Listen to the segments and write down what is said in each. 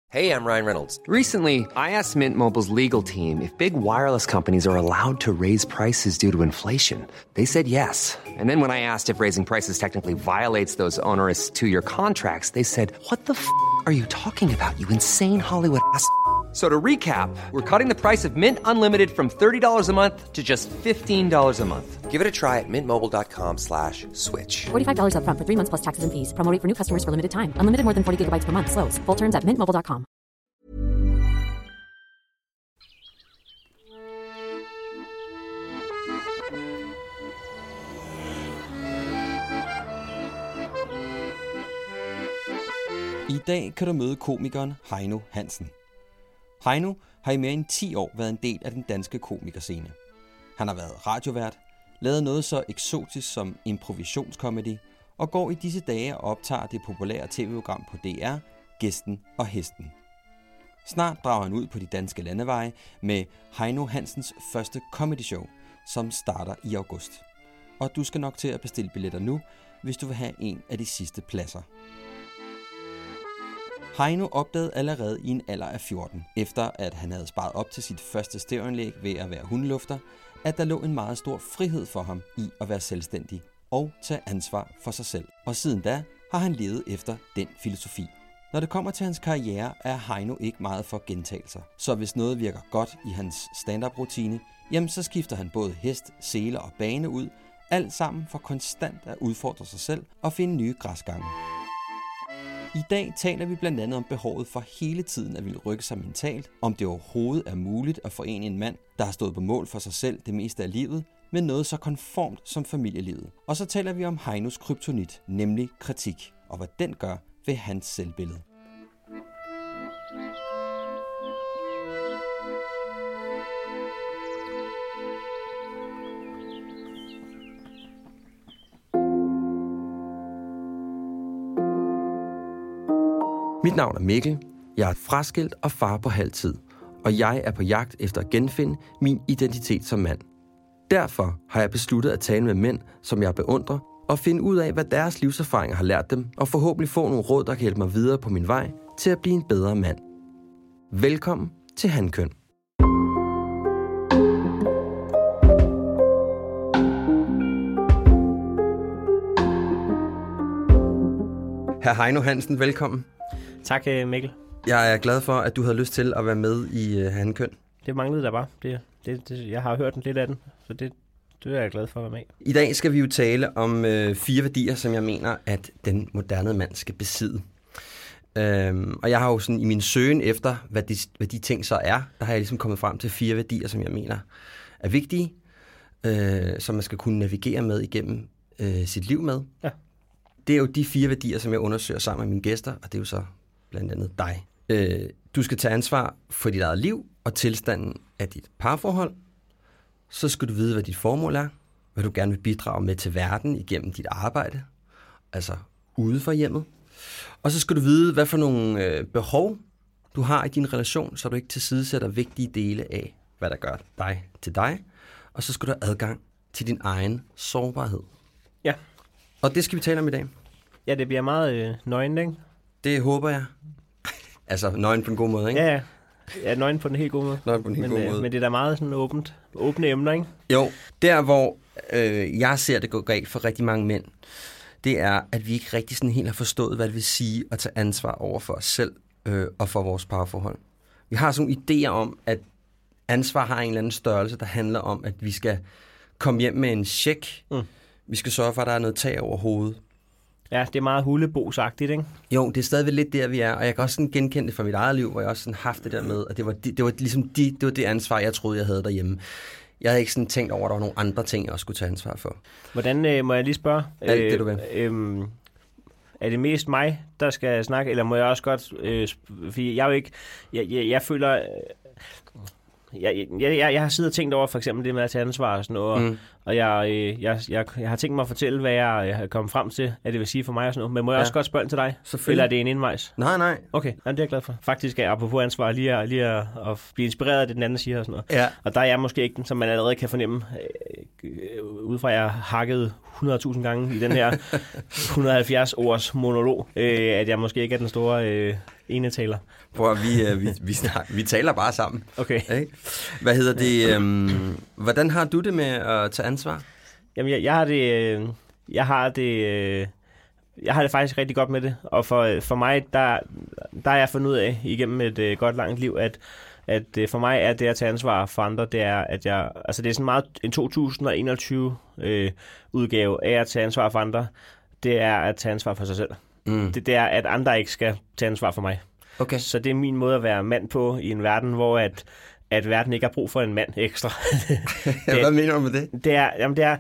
Hey, I'm Ryan Reynolds. Recently, I asked Mint Mobile's legal team if big wireless companies are allowed to raise prices due to inflation. They said yes. And then when I asked if raising prices technically violates those onerous two-year contracts, they said, "What the are you talking about, you insane Hollywood ass?" So to recap, we're cutting the price of Mint Unlimited from $30 a month to just $15 a month. Give it a try at mintmobile.com/switch. $45 up front for 3 months plus taxes and fees. Promo rate for new customers for limited time. Unlimited more than 40 gigabytes per month. Slows full terms at mintmobile.com. I dag kan du møde komikeren Heino Hansen. Heino har i mere end 10 år været en del af den danske komikerscene. Han har været radiovært, lavet noget så eksotisk som improvisationskomedy, og går i disse dage og optager det populære tv-program på DR, Gæsten og Hesten. Snart drager han ud på de danske landeveje med Heino Hansens første comedy show, som starter i august. Og du skal nok til at bestille billetter nu, hvis du vil have en af de sidste pladser. Heino opdagede allerede i en alder af 14, efter at han havde sparet op til sit første stereoanlæg ved at være hundelufter, at der lå en meget stor frihed for ham i at være selvstændig og tage ansvar for sig selv. Og siden da har han levet efter den filosofi. Når det kommer til hans karriere, er Heino ikke meget for gentagelser. Så hvis noget virker godt i hans stand-up-rutine, jamen så skifter han både hest, sele og bane ud, alt sammen for konstant at udfordre sig selv og finde nye græsgange. I dag taler vi blandt andet om behovet for hele tiden at ville rykke sig mentalt, om det overhovedet er muligt at forene en mand, der har stået på mål for sig selv det meste af livet, med noget så konformt som familielivet. Og så taler vi om Heinos kryptonit, nemlig kritik, og hvad den gør ved hans selvbillede. Mit navn er Mikkel, jeg er fraskilt og far på halv tid, og jeg er på jagt efter at genfinde min identitet som mand. Derfor har jeg besluttet at tale med mænd, som jeg beundrer, og finde ud af, hvad deres livserfaringer har lært dem, og forhåbentlig få nogle råd, der kan hjælpe mig videre på min vej til at blive en bedre mand. Velkommen til Hankøn. Hr. Heino Hansen, velkommen. Tak, Mikkel. Jeg er glad for, at du havde lyst til at være med i Hankøn. Det manglede der bare. Jeg har hørt lidt af den, så det er jeg glad for at være med. I dag skal vi jo tale om 4 værdier, som jeg mener, at den moderne mand skal besidde. Og jeg har jo sådan i min søgen efter, hvad de ting så er, der har jeg ligesom kommet frem til 4 værdier, som jeg mener er vigtige, som man skal kunne navigere med igennem sit liv med. Ja. Det er jo de 4 værdier, som jeg undersøger sammen med mine gæster, og det er jo så blandt andet dig. Du skal tage ansvar for dit eget liv og tilstanden af dit parforhold. Så skal du vide, hvad dit formål er, hvad du gerne vil bidrage med til verden igennem dit arbejde, altså ude for hjemmet. Og så skal du vide, hvad for nogle behov du har i din relation, så du ikke tilsidesætter vigtige dele af, hvad der gør dig til dig. Og så skal du have adgang til din egen sårbarhed. Ja. Og det skal vi tale om i dag. Ja, det bliver meget nøgen, ikke? Det håber jeg. Altså nøgen på en god måde, ikke? Ja. Ja, nøgen på den helt gode måde. Nøgen på den helt gode måde. Men det er da meget sådan åbne emner, ikke? Jo, der hvor jeg ser det gå galt for rigtig mange mænd, det er, at vi ikke rigtig sådan helt har forstået, hvad det vil sige at tage ansvar over for os selv og for vores parforhold. Vi har sådan idéer om, at ansvar har en eller anden størrelse, der handler om, at vi skal komme hjem med en check. Vi skal sørge for, at der er noget tag over hovedet. Ja, det er meget hulebosagtigt, ikke? Jo, det er stadigvæk lidt der, vi er, og jeg kan også sådan genkende det fra mit eget liv, hvor jeg også sådan haft det der med, at det var ligesom det var det ansvar, jeg troede, jeg havde derhjemme. Jeg havde ikke sådan tænkt over, at der var nogle andre ting, jeg også skulle tage ansvar for. Hvordan, må jeg lige spørge? Alt det, du vil. Er det mest mig, der skal snakke, eller må jeg også godt... fordi jeg er jo ikke... Jeg føler... Jeg har siddet og tænkt over for eksempel det med at tage ansvar og sådan noget, og jeg har tænkt mig at fortælle, hvad jeg har kommet frem til, at det vil sige for mig og sådan noget. Men må jeg også godt spørge til dig? Eller er det en indvejs? Nej. Okay, jamen, det er jeg glad for. Faktisk er jeg apropos ansvar lige at blive inspireret af det, den anden siger og sådan noget. Ja. Og der er jeg måske ikke den, som man allerede kan fornemme, udefra at jeg har hakket 100.000 gange i den her 170 års monolog, at jeg måske ikke er den store ene taler. Prøv vi taler bare sammen. Okay. Ikke? Hvad hedder det? Hvordan har du det med at tage ansvar? Jamen, jeg har det faktisk rigtig godt med det. Og for mig, der er jeg fundet ud af igennem et godt langt liv, at for mig er det at tage ansvar for andre, det er, at det er sådan meget en 2021 udgave af at tage ansvar for andre, det er at tage ansvar for sig selv. Det er, at andre ikke skal tage ansvar for mig. Okay. Så det er min måde at være mand på i en verden, hvor at verden ikke har brug for en mand ekstra. Hvad mener du med det? Det er,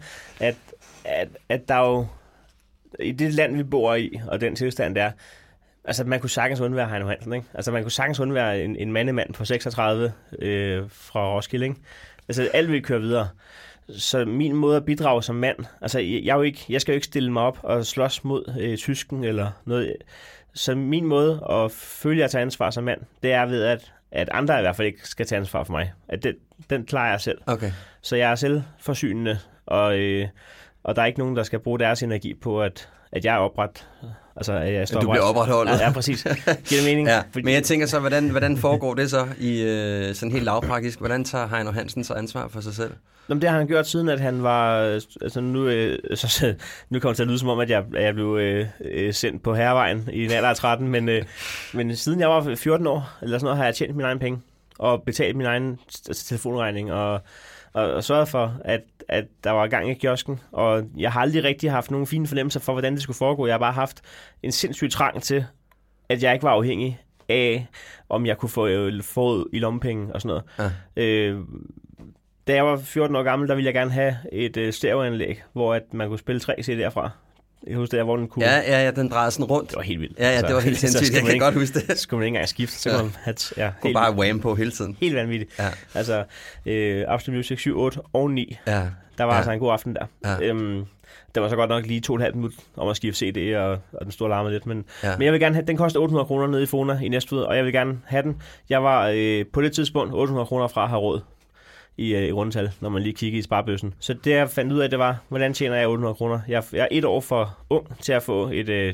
at der jo i det land, vi bor i, og den tilstand der, altså man kunne sagtens undvære Heino Hansen, ikke? Altså man kunne sagtens undvære en mandemand på 36 fra Roskilde, ikke? Altså alt vil køre videre. Så min måde at bidrage som mand, altså jeg skal jo ikke stille mig op og slås mod tysken eller noget. Så min måde at føle at tage ansvar som mand, det er ved, at andre i hvert fald ikke skal tage ansvar for mig. At den klarer jeg selv. Okay. Så jeg er selvforsynende, og der er ikke nogen, der skal bruge deres energi på, at jeg er opret. Altså, at jeg står du bliver opretholdet. Ja, præcis. Giver det mening? Ja. Men jeg tænker så, hvordan foregår det så i sådan helt lavpraktisk? Hvordan tager Heino Hansen så ansvar for sig selv? Jamen, det har han gjort siden, at han var... Altså nu kommer det til at lyde som om, at jeg blev sendt på herrevejen i en alder af 13, men siden jeg var 14 år, eller sådan noget, har jeg tjent mine egne penge og betalt min egen telefonregning og sørget for, at der var gang i kiosken. Og jeg har aldrig rigtig haft nogen fine fornemmelser for, hvordan det skulle foregå. Jeg har bare haft en sindssyg trang til, at jeg ikke var afhængig af, om jeg kunne få i lommepenge og sådan noget. Ja. Da jeg var 14 år gammel, der ville jeg gerne have et stereoanlæg, hvor at man kunne spille 3 CD'er fra. Jeg husker der, hvor den kunne... Ja, den drejede sådan rundt. Det var helt vildt. Ja, det var helt sindssygt. Jeg kan godt huske det. Så skulle man ikke engang skifte. Så kunne man kunne bare wham på hele tiden. Helt vanvittigt. Ja. Altså, Absolute Music 7, 8 og 9. Ja. Der var altså en god aften der. Ja. Der var så godt nok lige 2,5 minutter om at skifte CD, og den store larmede lidt. Men jeg vil gerne have... Den koster 800 kroner nede i Fona i Næstved, og jeg vil gerne have den. Jeg var på det tidspunkt 800 kroner fra at have råd i rundetal, når man lige kigger i sparebøssen. Så det jeg fandt ud af, det var, hvordan tjener jeg 800 kroner? Jeg er 1 år for ung til at få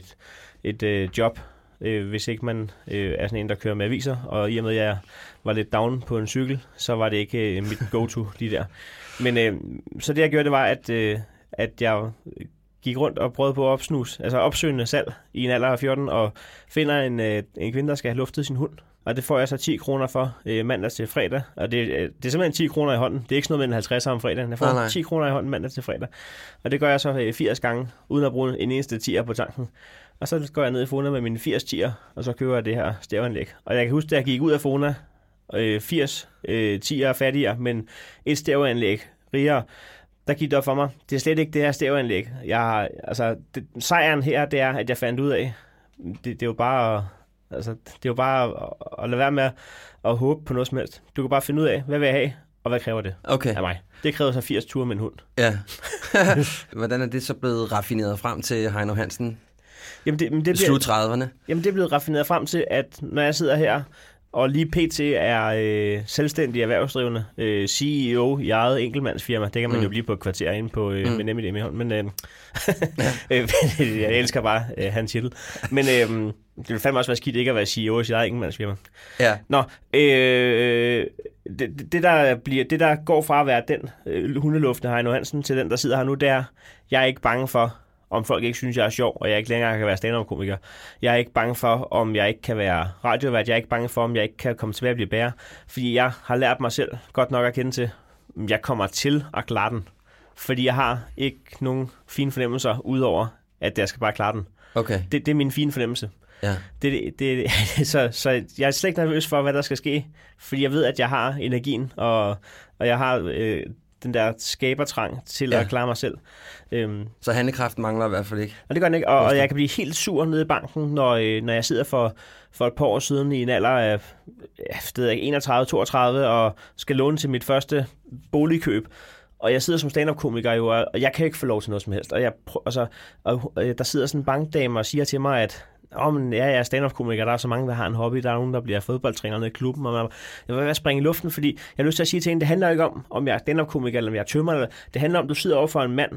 et job, hvis ikke man er sådan en, der kører med aviser. Og i og med, at jeg var lidt down på en cykel, så var det ikke mit go-to lige der. Men så det jeg gjorde, det var, at jeg gik rundt og prøvede på at opsøgende salg i en alder af 14, og finder en kvinde, der skal have luftet sin hund. Og det får jeg så 10 kroner for mandag til fredag. Og det er simpelthen 10 kroner i hånden. Det er ikke sådan noget med en 50 om fredagen. Jeg får 10 kroner i hånden mandag til fredag. Og det gør jeg så 80 gange, uden at bruge en eneste 10'er på tanken. Og så går jeg ned i Fona med mine 80 10'er, og så køber jeg det her stereoanlæg. Og jeg kan huske, at jeg gik ud af Fona 80 10'er fattigere, men et stereoanlæg rigere. Der gik det op for mig. Det er slet ikke det her stereoanlæg. Sejren her, det er, at jeg fandt ud af, det er jo bare... Altså, det er jo bare at lade være med at håbe på noget som helst. Du kan bare finde ud af, hvad vil jeg have, og hvad kræver det af mig. Det kræver så 80 ture med en hund. Ja. Hvordan er det så blevet raffineret frem til Heino Hansen? Jamen det slut 30'erne? Jamen det er blevet raffineret frem til, at når jeg sidder her, og lige pt. Er selvstændig erhvervsdrivende, CEO i eget enkeltmandsfirma. Det kan man jo blive på et kvarter inde på med nemlig det hånd. Men jeg elsker bare hans titel. Men det vil fandme også være skidt ikke at være CEO i sit eget enkeltmandsfirma. Ja. Nå, det der går fra at være den hundeluftende Heino Hansen til den, der sidder her nu, det er, jeg er ikke bange for, om folk ikke synes, jeg er sjov, og jeg ikke længere kan være stand-up-komiker. Jeg er ikke bange for, om jeg ikke kan være radiovært. Jeg er ikke bange for, om jeg ikke kan komme tilbage og blive bærer. Fordi jeg har lært mig selv godt nok at kende til, at jeg kommer til at klare den. Fordi jeg har ikke nogen fine fornemmelser, udover at jeg skal bare klare den. Okay. Det er min fine fornemmelse. Ja. Så jeg er slet ikke nervøs for, hvad der skal ske. Fordi jeg ved, at jeg har energien, og jeg har... den der skabertrang til at klare mig selv. Så handlekraften mangler i hvert fald ikke? Og det gør den ikke, og jeg kan blive helt sur nede i banken, når jeg sidder for et par år siden i en alder af 31-32 og skal låne til mit første boligkøb. Og jeg sidder som stand-up-komiker jo, og jeg kan ikke få lov til noget som helst. Og der sidder sådan en bankdame og siger til mig, at jeg er stand-up-komiker, der er så mange, der har en hobby, der er nogen, der bliver fodboldtræner nede i klubben, og jeg vil springe i luften, fordi jeg har lyst til at sige til hende, det handler ikke om jeg er stand-up-komiker, eller om jeg er tømmer, det handler om, at du sidder over for en mand,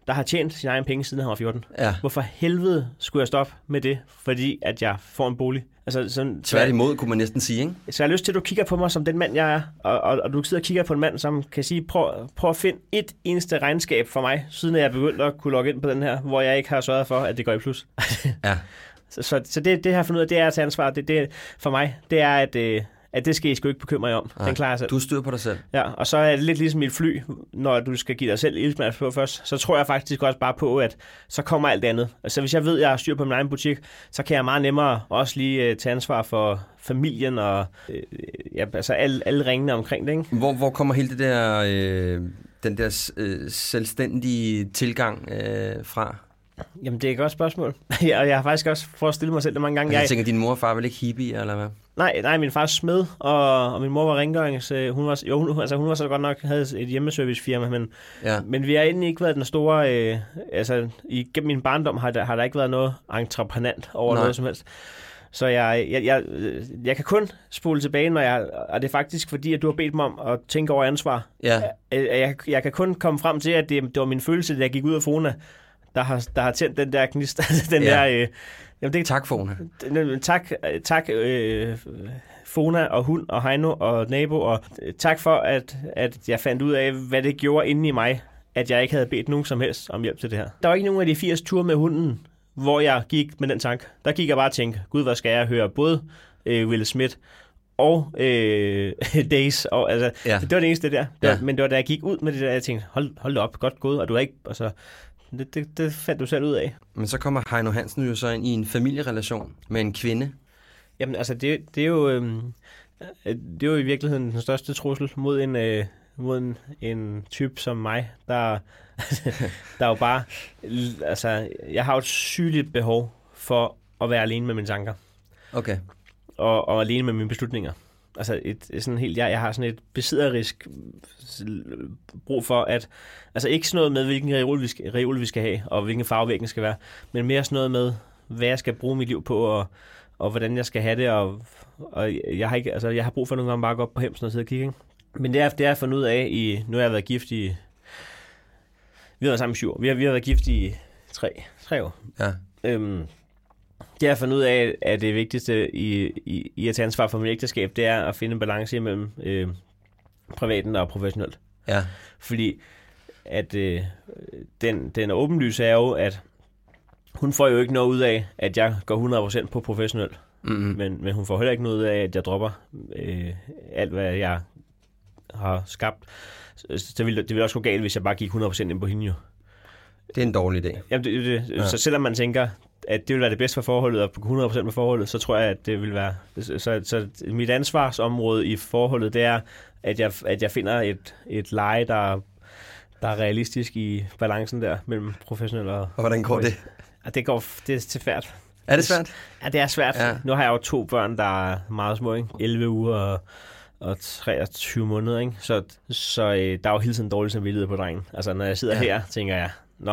der har tjent sine egne penge, siden han var 14. Ja. Hvorfor helvede skulle jeg stoppe med det, fordi at jeg får en bolig? Altså, sådan, tværtimod, kunne man næsten sige, ikke? Så jeg har lyst til, at du kigger på mig som den mand, jeg er, og du sidder og kigger på en mand, som kan sige, prøv at finde et eneste regnskab for mig, siden jeg er begyndt at kunne logge ind på den her, hvor jeg ikke har sørget for, at det går i plus. Ja. Så det jeg har fundet ud af, det er at tage ansvar. Det for mig, det er, at det skal I sgu ikke bekymre jer om. Den klarer jeg selv. Du styrer på dig selv. Ja, og så er det lidt ligesom et fly, når du skal give dig selv ildsmærk på først, så tror jeg faktisk også bare på, at så kommer alt andet. Altså hvis jeg ved, at jeg har styr på min egen butik, så kan jeg meget nemmere også lige tage ansvar for familien og altså alle ringene omkring det, ikke? Hvor kommer hele det der, den der selvstændige tilgang fra? Jamen, det er et godt spørgsmål. Og jeg har faktisk også prøvet at stille mig selv det mange gange. Altså, jeg tænker, din mor og far var ikke hippie, eller hvad? Nej, min far smed, og min mor var rengørings. Hun var så godt nok, havde et hjemmeservicefirma, men vi har egentlig ikke været den store... igennem min barndom har der ikke været noget entreprenant over noget som helst. Så jeg kan kun spole tilbage, og det er faktisk fordi, at du har bedt mig om at tænke over ansvar. Ja. Jeg kan kun komme frem til, at det var min følelse, da jeg gik ud af Fona, der har tændt den der gnist. Tak, Fona. Tak, Fona og hund og Heino og nabo, og tak for, at jeg fandt ud af, hvad det gjorde inde i mig, at jeg ikke havde bedt nogen som helst om hjælp til det her. Der var ikke nogen af de 80 ture med hunden, hvor jeg gik med den tanke. Der gik jeg bare og tænkte, gud, hvad skal jeg høre? Både Will Smith og Days. Og, altså, det var det eneste der. Men det var da jeg gik ud med det der, jeg tænkte, hold da op, godt gået, og du er ikke... Altså, det fandt du selv ud af. Men så kommer Heino Hansen jo så ind i en familierelation med en kvinde. Jamen altså, det er jo i virkeligheden den største trussel mod en type som mig, der er jo bare... Altså, jeg har jo et sygeligt behov for at være alene med mine tanker. Okay. Og alene med mine beslutninger. Altså jeg har sådan et besidderisk brug for at, altså ikke sådan noget med, hvilken reol vi skal have, og hvilken farve væggen skal være, men mere sådan noget med, hvad jeg skal bruge mit liv på, og hvordan jeg skal have det, og jeg har brug for nogle gange bare at gå op på Hemsen og sidde og kigge, ikke? Men det er jeg fundet ud af nu har jeg været gift vi har været sammen i 7 år. Vi har været gift i 3 år. Ja. Det har jeg fundet ud af, at det vigtigste i at tage ansvar for mit ægteskab, det er at finde en balance imellem privaten og professionelt. Ja. Fordi at den åbenlyse er jo, at hun får jo ikke noget ud af, at jeg går 100% på professionelt. Mm-hmm. Men hun får heller ikke noget ud af, at jeg dropper alt, hvad jeg har skabt. Det ville også gå galt, hvis jeg bare gik 100% ind på hende jo. Det er en dårlig idé. Jamen, så selvom man tænker, at det vil være det bedste for forholdet, og 100% med forholdet, så tror jeg, at det vil være... Så mit ansvarsområde i forholdet, det er, at jeg finder et leje, der er realistisk i balancen der, mellem professionel og... Og hvordan går det? Det er til svært. Er det svært? Ja, det er svært. Ja. Nu har jeg jo 2 børn, der er meget små, ikke? 11 uger og 23 måneder, ikke? Så der er jo hele tiden dårlig samvittighed på drengen. Altså, når jeg sidder her, tænker jeg,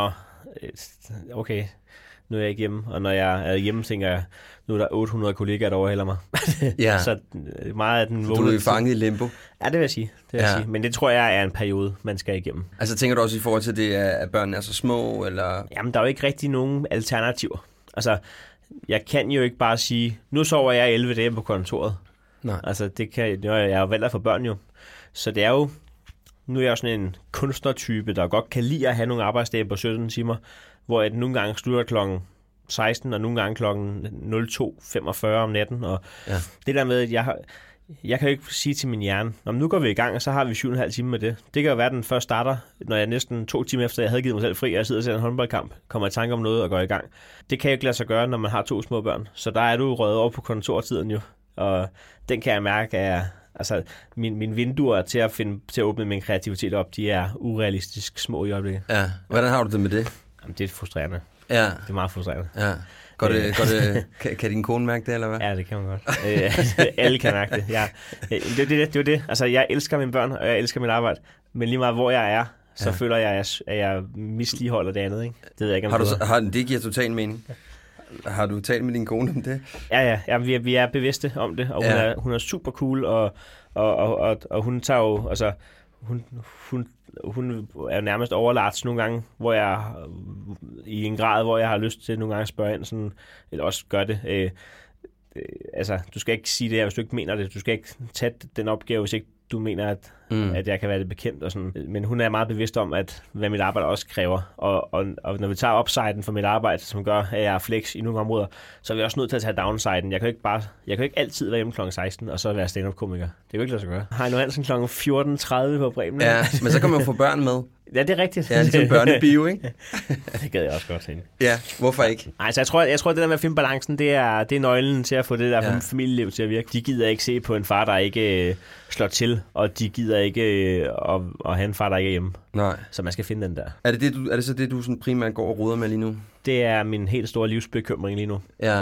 okay, nu er jeg ikke hjemme. Og når jeg er hjemme, tænker jeg, nu er der 800 kollegaer, der overhælder mig. Ja. Så meget af den... Så du er fanget i limbo? Ja, det vil jeg sige. Men det tror jeg er en periode, man skal igennem. Altså tænker du også i forhold til det, at børnene er så små, eller... Jamen, der er jo ikke rigtig nogen alternativer. Altså, jeg kan jo ikke bare sige, nu sover jeg 11 dage på kontoret. Nej. Altså, jeg er jo valgt for børn jo. Så det er jo... Nu er jeg sådan en kunstnertype, der godt kan lide at have nogle arbejdsdage på 17 timer, hvor jeg nogle gange slutter klokken 16, og nogle gange klokken 02.45 om natten. Og det der med, at jeg kan jo ikke sige til min hjerne, nu går vi i gang, og så har vi 7,5 timer med det. Det kan jo være, at den først starter, når jeg næsten 2 timer efter, jeg havde givet mig selv fri, og jeg sidder og ser en håndboldkamp, kommer i tanke om noget og går i gang. Det kan jo ikke lade sig gøre, når man har 2 små børn. Så der er du røget over på kontortiden jo. Og den kan jeg mærke, at mine vinduer til at åbne min kreativitet op, de er urealistisk små i øjeblikket. Ja. Hvordan har du det med det? Jamen, det er frustrerende. Ja. Det er meget frustrerende. Ja. Kan din kone mærke det, eller hvad? Ja, det kan man godt. Alle kan mærke det. Ja. Det er jo det. Altså, jeg elsker mine børn, og jeg elsker mit arbejde. Men lige meget hvor jeg er, så føler jeg, at jeg misligeholder det andet. Ikke? Det ved jeg ikke, om det giver total mening. Har du talt med din kone om det? Ja, vi er bevidste om det, og hun er super cool, og hun tager jo, altså, hun er jo nærmest overlagt nogle gange, hvor jeg i en grad, hvor jeg har lyst til nogle gange at spørge ind, sådan, eller også gør det. Altså, du skal ikke sige det her, hvis du ikke mener det. Du skal ikke tage den opgave, hvis ikke du mener, at jeg kan være det bekendt. Og sådan. Men hun er meget bevidst om, hvad mit arbejde også kræver. Og når vi tager upsiden for mit arbejde, som gør, at jeg er flex i nogle områder, så er vi også nødt til at tage downsiden. Jeg kan jo ikke altid være hjemme kl. 16 og så være stand-up-komiker. Det kan jo ikke lade sig gøre. Heino Hansen kl. 14.30 på Bremen. Ja, men så kan man jo få børn med. Ja, det er rigtigt. Ja, ligesom børnebio, ikke? Det gad jeg også godt tænke. Ja, hvorfor ikke? Nej, så jeg tror, at det der med at finde balancen, det er nøglen til at få det der familieliv til at virke. De gider ikke se på en far, der ikke slår til, og de gider ikke at have en far, der ikke er hjemme. Nej. Så man skal finde den der. Er det så det, du sådan primært går og roder med lige nu? Det er min helt store livsbekymring lige nu. Ja.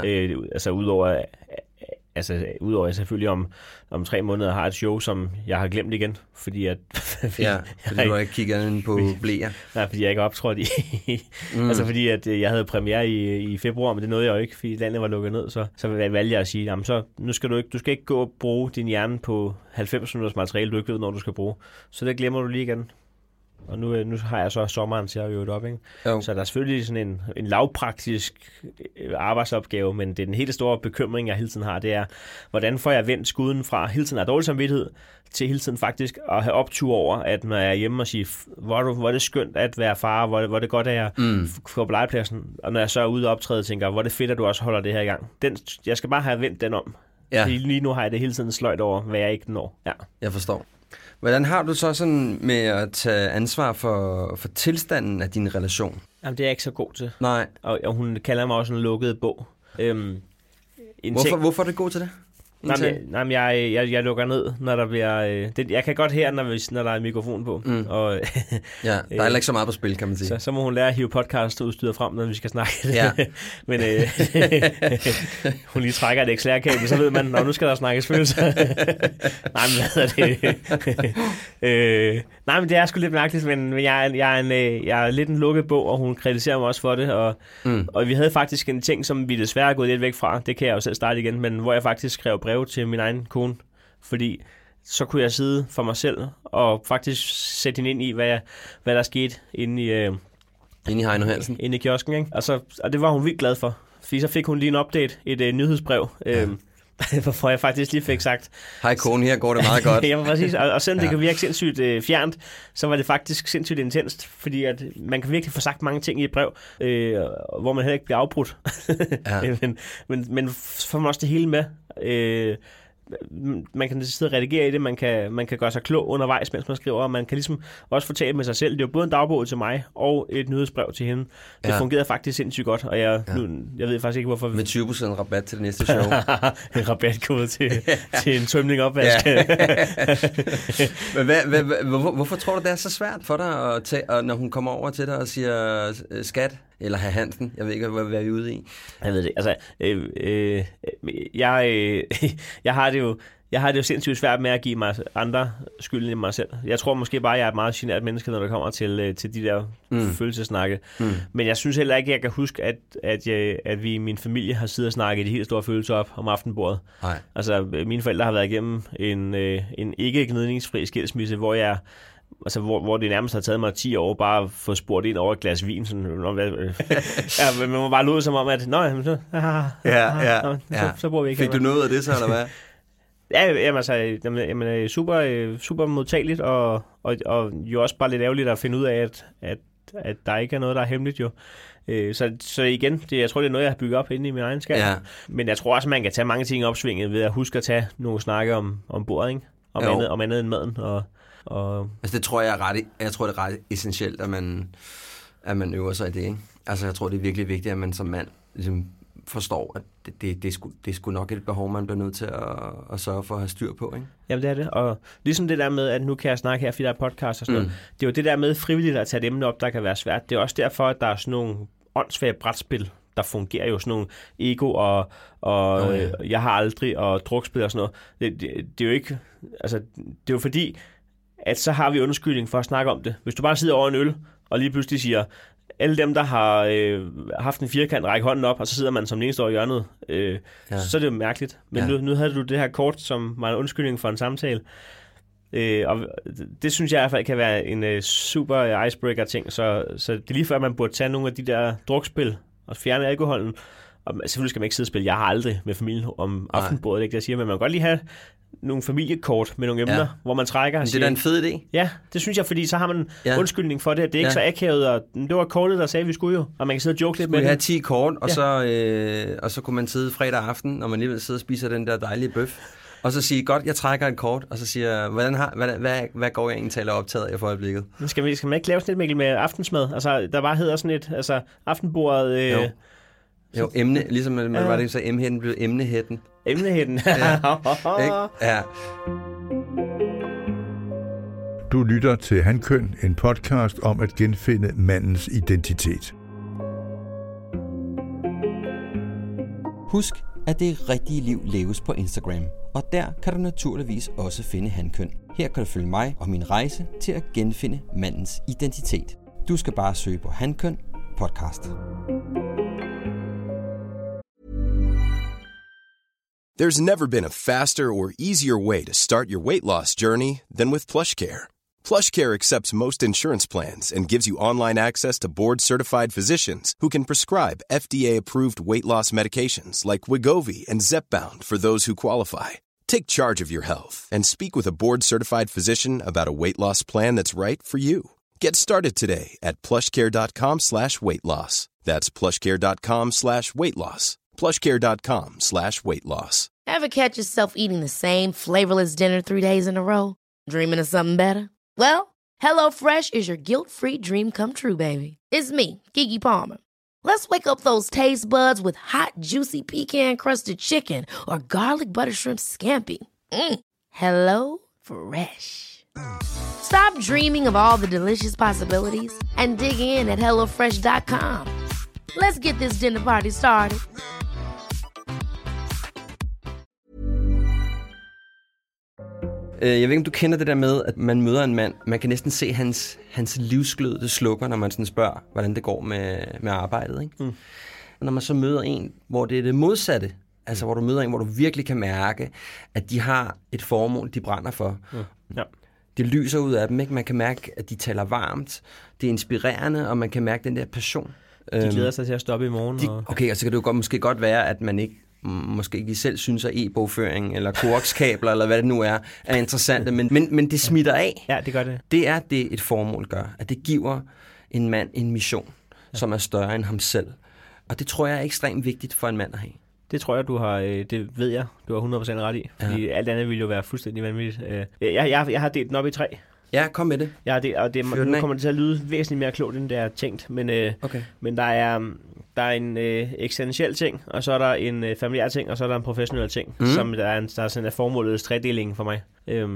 Udover at selvfølgelig om 3 måneder har et show, som jeg har glemt igen, fordi du har ikke kigget ind på blæer. Nej, fordi jeg ikke har optrådt i. Altså fordi at jeg havde premiere i februar, men det nåede jeg jo ikke, fordi landet var lukket ned. Så valgte jeg at sige, jamen så nu skal du skal ikke gå og bruge din hjerne på 90 minutters materiale, du ikke ved, når du skal bruge. Så det glemmer du lige igen. Og nu har jeg så sommeren til at øve det op, ikke? Så der er selvfølgelig sådan en lavpraktisk arbejdsopgave, men det er den helt store bekymring, jeg hele tiden har, det er, hvordan får jeg vendt skuden fra hele tiden af dårlig samvittighed, til hele tiden faktisk at have optur over, at når jeg er hjemme og siger, hvor er det skønt at være far, hvor er det godt, at jeg går på legepladsen, og når jeg så er ude og optræde, tænker hvor er det fedt, at du også holder det her i gang. Jeg skal bare have vendt den om. Ja. Lige nu har jeg det hele tiden sløjt over, hvad jeg ikke når. Ja. Jeg forstår. Hvordan har du så sådan med at tage ansvar for tilstanden af din relation? Jamen, det er jeg ikke så god til. Nej. Og hun kalder mig også en lukket bog. Hvorfor er du god til det? Nej, jeg lukker ned, når der bliver... jeg kan godt høre, når der er mikrofon på. Og, ja, der er ikke så meget på spil, kan man sige. Så må hun lære at hive podcastudstyret frem, når vi skal snakke. Ja. Men hun lige trækker et XLR-kabel, så ved man, nu skal der snakkes følelser. Nej, men hvad er det? Nej, men det er sgu lidt mærkeligt, men jeg er lidt en lukket bog, og hun kritiserer mig også for det. Og vi havde faktisk en ting, som vi desværre er gået lidt væk fra. Det kan jeg jo selv starte igen, men hvor jeg faktisk skrev brev til min egen kone, fordi så kunne jeg sidde for mig selv og faktisk sætte hende ind i, hvad der skete inde i Heino Hansen. Inde i kiosken, ikke? Og det var hun vildt glad for, fordi så fik hun lige en update, et nyhedsbrev, hvorfor jeg faktisk lige fik sagt... Hej kone, her går det meget godt. Ja, præcis. Og selvom det kan virke sindssygt fjernt, så var det faktisk sindssygt intenst, fordi at man kan virkelig få sagt mange ting i et brev, hvor man heller ikke bliver afbrudt. men får man også det hele med. Man kan sidde og redigere i det, man kan gøre sig klog undervejs, mens man skriver, og man kan ligesom også fortælle med sig selv. Det var både en dagbog til mig og et nyhedsbrev til hende. Det fungerede faktisk sindssygt godt, og jeg ved faktisk ikke, hvorfor... Med 20% rabat til det næste show. En rabatkode til en tømning opvask. Men hvorfor tror du, det er så svært for dig, når hun kommer over til dig og siger skat, eller herr Hansen? Jeg ved ikke, hvad vi er ude i. Jeg ved det. Altså, jeg har det jo sindssygt svært med at give mig andre skylden end mig selv. Jeg tror måske bare, at jeg er et meget genert menneske, når det kommer til de der følelsesnakke. Men jeg synes heller ikke, at jeg kan huske, at vi i min familie har siddet og snakket de helt store følelser op om aftenbordet. Nej. Altså, mine forældre har været igennem en ikke-gnidningsfri skilsmisse, hvor det nærmest har taget mig 10 år bare at få spurgt ind over et glas vin. Sådan, man må bare lade som om, at så bor vi ikke. Fik du noget af det så, eller hvad? Ja, super modtageligt, og jo også bare lidt ærgerligt at finde ud af, at der ikke er noget, der er hemmeligt jo. Så igen, jeg tror, det er noget, jeg har bygget op inde i min egen skal. Ja. Men jeg tror også, man kan tage mange ting opsvinget ved at huske at tage nogle snakke om bordet, ikke? Om andet end maden. Altså det tror jeg det er ret essentielt, at man øver sig i det, ikke? Altså jeg tror, det er virkelig vigtigt, at man som mand ligesom forstår, at det er sgu nok et behov, man bliver nødt til at sørge for at have styr på, ikke? Jamen det er det, og ligesom det der med, at nu kan jeg snakke her, fordi der er podcast og sådan noget, det er jo det der med frivilligt at tage et emne op, der kan være svært. Det er også derfor, at der er sådan nogle åndssvage brætspil, der fungerer jo, sådan nogle ego og jeg har aldrig, og drukspil og sådan noget. Det er jo ikke, altså det er jo fordi, at så har vi undskyldning for at snakke om det. Hvis du bare sidder over en øl, og lige pludselig siger, alle dem, der har haft en firkant, række hånden op, og så sidder man som den eneste over i hjørnet, så er det jo mærkeligt. Men nu havde du det her kort, som var en undskyldning for en samtale. Og det synes jeg i hvert fald kan være en super icebreaker ting, så det er lige før, man burde tage nogle af de der drukspil og fjerne alkoholen. Og selvfølgelig skal man ikke sidde og spille. Jeg har aldrig med familien om aftenbordet, det er ikke det, jeg siger, men man kan godt lige have nogle familiekort med nogle emner, hvor man trækker og siger... Det er da en fed idé. Ja, det synes jeg, fordi så har man undskyldning for det. Det er ikke så akavet, og det var kortet, der sagde, at vi skulle jo, og man kan sidde og joke lidt med det. Vi have 10 kort, og så kunne man sidde fredag aften, når man alligevel sidder og spiser den der dejlige bøf, og så sige, godt, jeg trækker et kort, og så siger, hvad går jeg egentlig taler optaget af for øjeblikket? Skal man ikke lave sådan et, Mikkel, med aftensmad? Altså, der bare hedder sådan et, aftenbordet... Jo, emne, ligesom man var det så emhætten blev emnehætten. Emnehætten. Ja. Du lytter til Hankøn, en podcast om at genfinde mandens identitet. Husk, at det rigtige liv leves på Instagram, og der kan du naturligvis også finde Hankøn. Her kan du følge mig og min rejse til at genfinde mandens identitet. Du skal bare søge på Hankøn podcast. There's never been a faster or easier way to start your weight loss journey than with PlushCare. PlushCare accepts most insurance plans and gives you online access to board-certified physicians who can prescribe FDA-approved weight loss medications like Wegovy and Zepbound for those who qualify. Take charge of your health and speak with a board-certified physician about a weight loss plan that's right for you. Get started today at plushcare.com/weightloss. That's plushcare.com/weightloss. plushcare.com/weightloss. Ever catch yourself eating the same flavorless dinner 3 days in a row? Dreaming of something better? Well, HelloFresh is your guilt-free dream come true, baby. It's me, Keke Palmer. Let's wake up those taste buds with hot, juicy pecan-crusted chicken or garlic butter shrimp scampi. Hello Fresh. Stop dreaming of all the delicious possibilities and dig in at HelloFresh.com. Let's get this dinner party started. Jeg ved ikke, om du kender det der med, at man møder en mand, man kan næsten se hans livsglød, det slukker, når man sådan spørger, hvordan det går med arbejdet. Ikke? Mm. Når man så møder en, hvor det er det modsatte, altså hvor du møder en, hvor du virkelig kan mærke, at de har et formål, de brænder for. Mm. Ja. Det lyser ud af dem, ikke? Man kan mærke, at de taler varmt, det er inspirerende, og man kan mærke den der passion. De glæder sig til at stoppe i morgen. Okay, og så kan det jo måske godt være, at man måske ikke selv synes, at e-bogføring eller koaxkabler, eller hvad det nu er interessante, men det smitter af. Ja, det gør det. Det er det, et formål gør. At det giver en mand en mission, som er større end ham selv. Og det tror jeg er ekstremt vigtigt for en mand at have. Det tror jeg, det ved jeg, du har 100% ret i. Fordi alt andet ville jo være fuldstændig vanvittigt. Jeg har delt den op i 3. Ja, kom med det. Ja, nu kommer det til at lyde væsentligt mere klogt, end det er tænkt. Men der er en eksistentiel ting, og så er der en familiær ting, og så er der en professionel ting, som der er sådan en formålets tredeling for mig.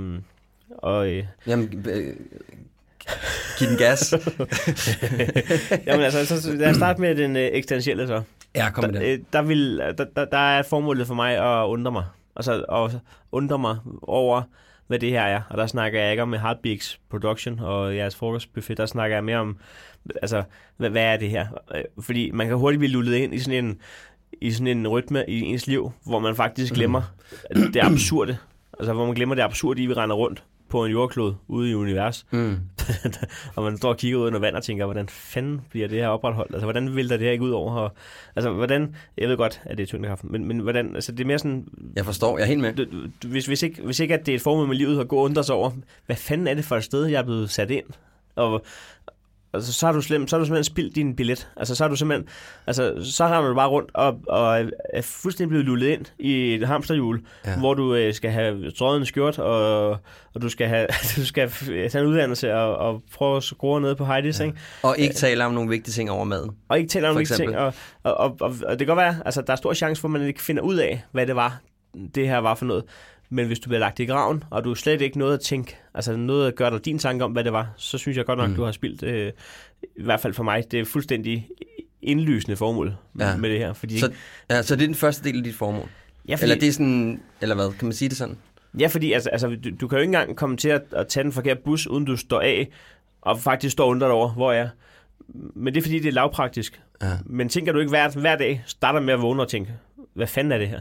Giv den gas. Jamen altså, så lad os starte med den eksistentielle så. Ja, kom med det. Der er formålet for mig at undre mig. Altså at undre mig over, hvad det her er. Og der snakker jeg ikke om Heartbeats Production og jeres frokostbuffet. Der snakker jeg mere om, altså, hvad er det her? Fordi man kan hurtigt blive lullet ind i sådan en rytme i ens liv, hvor man faktisk glemmer det absurde. Altså, hvor man glemmer det absurde, vi render rundt på en jordklode ude i univers. Og man står og kigger ud under vand og tænker, hvordan fanden bliver det her opretholdt? Altså, hvordan vælter det her ikke ud over? Og, altså, hvordan... Jeg ved godt, at det er tyngdekraften, men hvordan... Altså, det er mere sådan... Jeg forstår, jeg er helt med. Hvis ikke at det er et formål med livet at gå og undre sig over, hvad fanden er det for et sted, jeg er blevet sat ind? Og altså, så har du simpelthen spildt din billet. Altså, så render du bare rundt og er fuldstændig blevet lullet ind i et hamsterhjul, hvor du skal have strøget en skjort, og du skal tage en uddannelse og prøve at skrue ned på Heidi's, ikke? Og ikke tale om nogle vigtige ting over maden. Og ikke tale om vigtige ting. Og det kan godt være, altså, der er stor chance for, at man ikke finder ud af, hvad det her var for noget. Men hvis du bliver lagt i graven, og du slet ikke noget at tænke, altså noget at gøre dig din tanke om, hvad det var, så synes jeg godt nok, du har spildt, i hvert fald for mig, det er fuldstændig indlysende formål med det her. Fordi så det er den første del af dit formål? Ja, fordi, eller det er sådan, eller hvad, kan man sige det sådan? Ja, fordi altså, du kan jo ikke engang komme til at tage den forkerte bus, uden du står af, og faktisk står under dig over, hvor jeg er. Men det er fordi, det er lavpraktisk. Ja. Men tænker du ikke hver dag, starter med at vågne og tænke, hvad fanden er det her?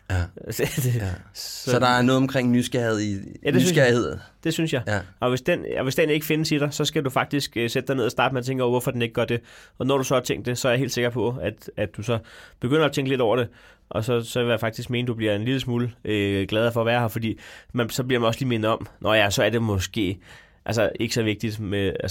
Ja. Så der er noget omkring nysgerrighed. Det synes jeg. Ja. Og hvis den ikke findes i dig, så skal du faktisk sætte dig ned og starte med at tænke over, hvorfor den ikke gør det. Og når du så har tænkt det, så er jeg helt sikker på, at du så begynder at tænke lidt over det. Og så vil jeg faktisk mene, at du bliver en lille smule gladere for at være her, fordi så bliver man også lige mindet om, så er det måske ikke så vigtigt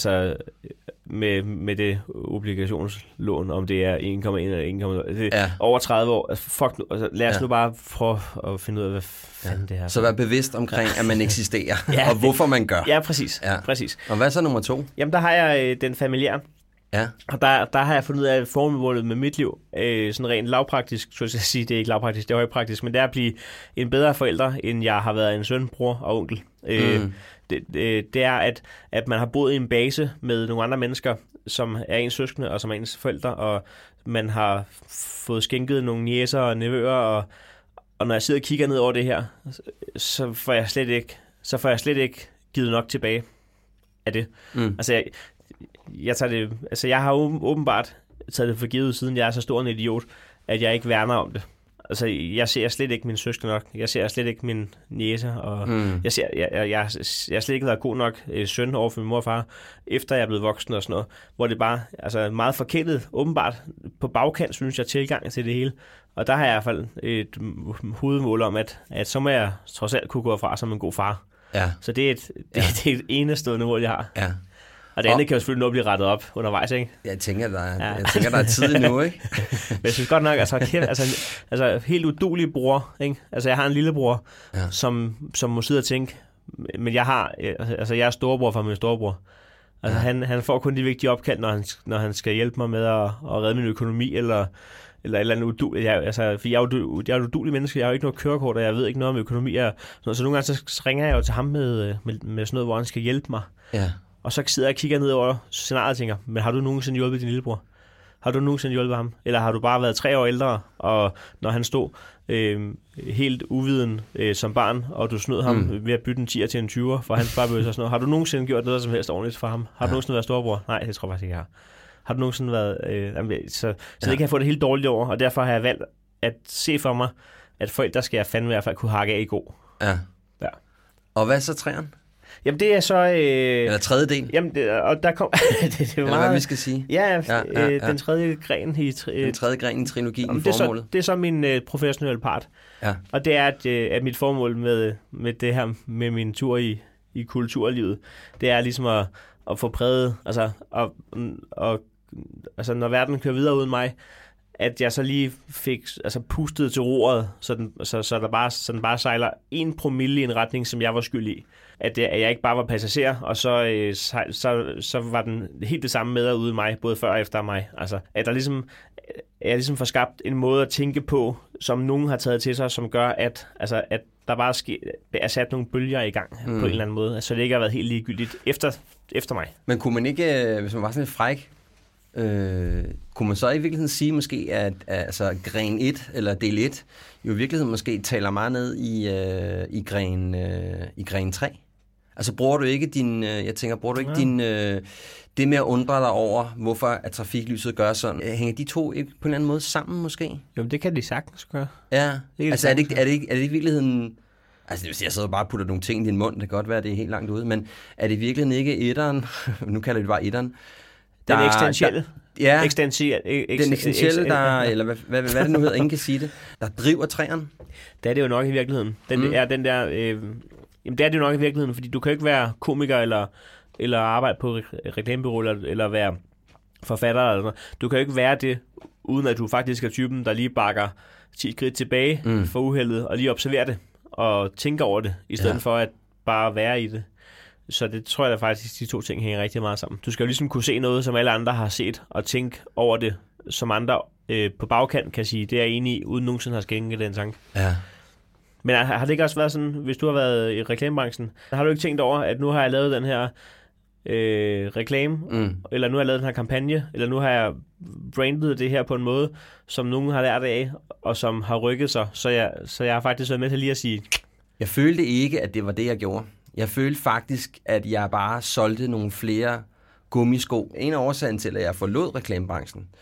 med det obligationslån, om det er 1,1 eller 1,0. Over 30 år. Fuck nu. Lad os nu bare prøve at finde ud af, hvad fanden det er. Så vær bevidst omkring, at man eksisterer, og hvorfor man gør. Ja, præcis. Og hvad er så nummer 2? Jamen, der har jeg den familiære. Ja. Og der har jeg fundet ud af formålet med mit liv, sådan rent lavpraktisk, så jeg skal sige, det er ikke lavpraktisk, det er højpraktisk, men det er at blive en bedre forælder, end jeg har været en søn, bror og onkel. Det er, at man har boet i en base med nogle andre mennesker, som er ens søskende og som er ens forældre, og man har fået skænket nogle niecer og nevøer, og når jeg sidder og kigger ned over det her, så får jeg slet ikke givet nok tilbage af det. Jeg har åbenbart taget det for givet, siden jeg er så stor en idiot, at jeg ikke værner om det. Altså, jeg ser slet ikke min søskende nok. Jeg ser slet ikke min niece, og jeg har slet ikke været god nok søn over for min mor og far, efter jeg er blevet voksen og sådan noget, hvor det bare meget forkælet, åbenbart på bagkant, synes jeg, tilgang til det hele. Og der har jeg i hvert fald et hovedmål om, at så må jeg trods alt kunne gå fra som en god far. Ja. Så det er et enestående mål, jeg har. Ja. Og det andet kan jo selvfølgelig nå blive rettet op undervejs, ikke? Jeg tænker, der er tid nu, ikke? Men jeg synes godt nok, helt uduelig bror, ikke? Altså, jeg har en lillebror, som må sidde og tænke, men jeg er storebror for min storebror. Altså, han får kun de vigtige opkald, når han skal hjælpe mig med at redde min økonomi, eller et eller andet uduligt. For jeg er et uduligt menneske, jeg har jo ikke noget kørekort, og jeg ved ikke noget om økonomi. Så nogle gange så ringer jeg jo til ham med sådan noget, hvor han skal hjælpe mig. Ja. Og så sidder jeg og kigger ned over scenariet og tænker, men har du nogensinde hjulpet din lillebror? Har du nogensinde hjulpet ham? Eller har du bare været 3 år ældre, og når han stod helt uviden som barn, og du snød ham ved at bytte en 10'er til en 20'er for hans sparebøsse og sådan noget. Har du nogensinde gjort noget som helst ordentligt for ham? Har du nogensinde været storebror? Nej, det tror jeg faktisk ikke, jeg har. Har du nogensinde været... Så det kan jeg få det helt dårligt over, og derfor har jeg valgt at se for mig, at forældre skal jeg fandme i hvert fald kunne hakke af i god. Ja. Og hvad er så 3'eren? Jamen, det er så... Eller tredje del. Jamen, og der kom... det er meget, hvad vi skal sige. Ja. Den tredje gren i... Den tredje gren i trilogien, formålet. Det er så min professionelle part. Ja. Og det er, at mit formål med det her, med min tur i kulturlivet, det er ligesom at få præget... Altså, når verden kører videre uden mig, at jeg så lige fik pustet til roret, så den bare sejler 1 promille i en retning, som jeg var skyld i. At jeg ikke bare var passager, og så var den helt det samme med og ude mig, både før og efter mig. Altså, at der ligesom får skabt en måde at tænke på, som nogen har taget til sig, som gør, at der bare er sat nogle bølger i gang på en eller anden måde. Altså, det ikke har været helt ligegyldigt efter mig. Men kunne man ikke, hvis man var sådan lidt fræk, kunne man så i virkeligheden sige måske, at gren 1 eller del 1 jo i virkeligheden måske taler meget ned i gren 3? Altså bruger du ikke det med at undre dig over, hvorfor at trafiklyset gør sådan? Hænger de to ikke på en eller anden måde sammen måske? Jo, det kan de sagtens gøre. Ja, altså er det ikke i virkeligheden... Altså, jeg sidder bare og putter nogle ting i din mund, det kan godt være, det er helt langt ude, men er det i virkeligheden ikke etteren, nu kalder vi det bare etteren, den eksistentielle. Ja, den eksistentielle, eller hvad det nu hedder, ingen kan sige det, der driver 3'eren. Det er det jo nok i virkeligheden. Det er det jo nok i virkeligheden, fordi du kan ikke være komiker eller arbejde på reklamebureau eller være forfatter eller noget. Du kan jo ikke være det, uden at du faktisk er typen, der lige bakker 10 skridt tilbage for uheldet og lige observerer det og tænker over det, i stedet for at bare være i det. Så det tror jeg da faktisk, de to ting hænger rigtig meget sammen. Du skal jo ligesom kunne se noget, som alle andre har set, og tænke over det, som andre på bagkant kan sige, det er jeg enig i, uden nogensinde har skænket den tanke. Ja. Men har det ikke også været sådan, hvis du har været i reklamebranchen, har du ikke tænkt over, at nu har jeg lavet den her reklame, eller nu har jeg lavet den her kampagne, eller nu har jeg brandet det her på en måde, som nogen har lært af, og som har rykket sig, så jeg har faktisk været med til lige at sige... Jeg følte ikke, at det var det, jeg gjorde. Jeg følte faktisk, at jeg bare solgte nogle flere gummisko. En af årsagen til, at jeg forlod reklamebranchen,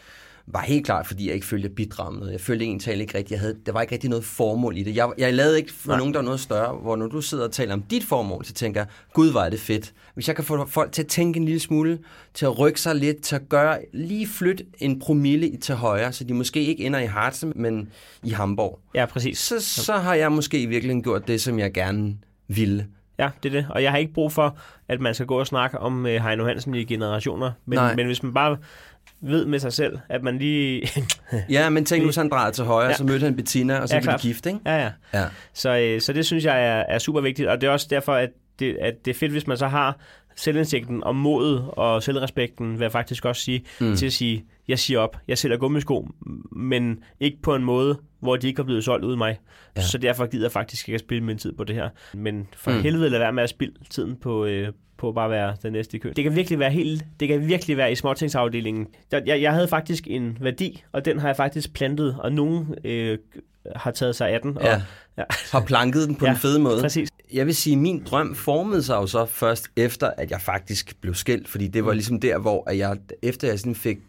var helt klart, fordi jeg ikke følte, jeg bidrog noget. Jeg følte egentlig ikke rigtigt, der var ikke rigtig noget formål i det. Jeg lavede ikke for nogen, der var noget større, hvor når du sidder og taler om dit formål, så tænker jeg, gud, hvor er det fedt. Hvis jeg kan få folk til at tænke en lille smule, til at rykke sig lidt, til at lige flytte en promille til højre, så de måske ikke ender i Harzen, men i Hamburg. Ja, præcis. Så har jeg måske i virkeligheden gjort det, som jeg gerne ville. Ja, det er det. Og jeg har ikke brug for, at man skal gå og snakke om Heino Hansen i generationer. Men hvis man bare ved med sig selv, at man lige... ja, men tænk nu, så han drejer til højre, så mødte han Bettina, og så blev de gift, ikke? Ja. Så det synes jeg er super vigtigt, og det er også derfor, at det er fedt, hvis man så har selvindsigten og modet og selvrespekten, vil jeg faktisk også sige, til at sige, jeg siger op, jeg sælger gummisko, men ikke på en måde, hvor de ikke er blevet solgt uden mig. Ja. Så derfor gider jeg faktisk ikke at spille min tid på det her. Men for helvede lad være med at spille tiden på bare at være den næste i køen. Det kan virkelig være i småtingsafdelingen. Jeg havde faktisk en værdi, og den har jeg faktisk plantet, og nogen har taget sig af den. Og, har planket den på en fed måde. Præcis. Jeg vil sige, at min drøm formede sig jo så først efter, at jeg faktisk blev skilt, fordi det var ligesom der, hvor jeg, efter jeg sådan fik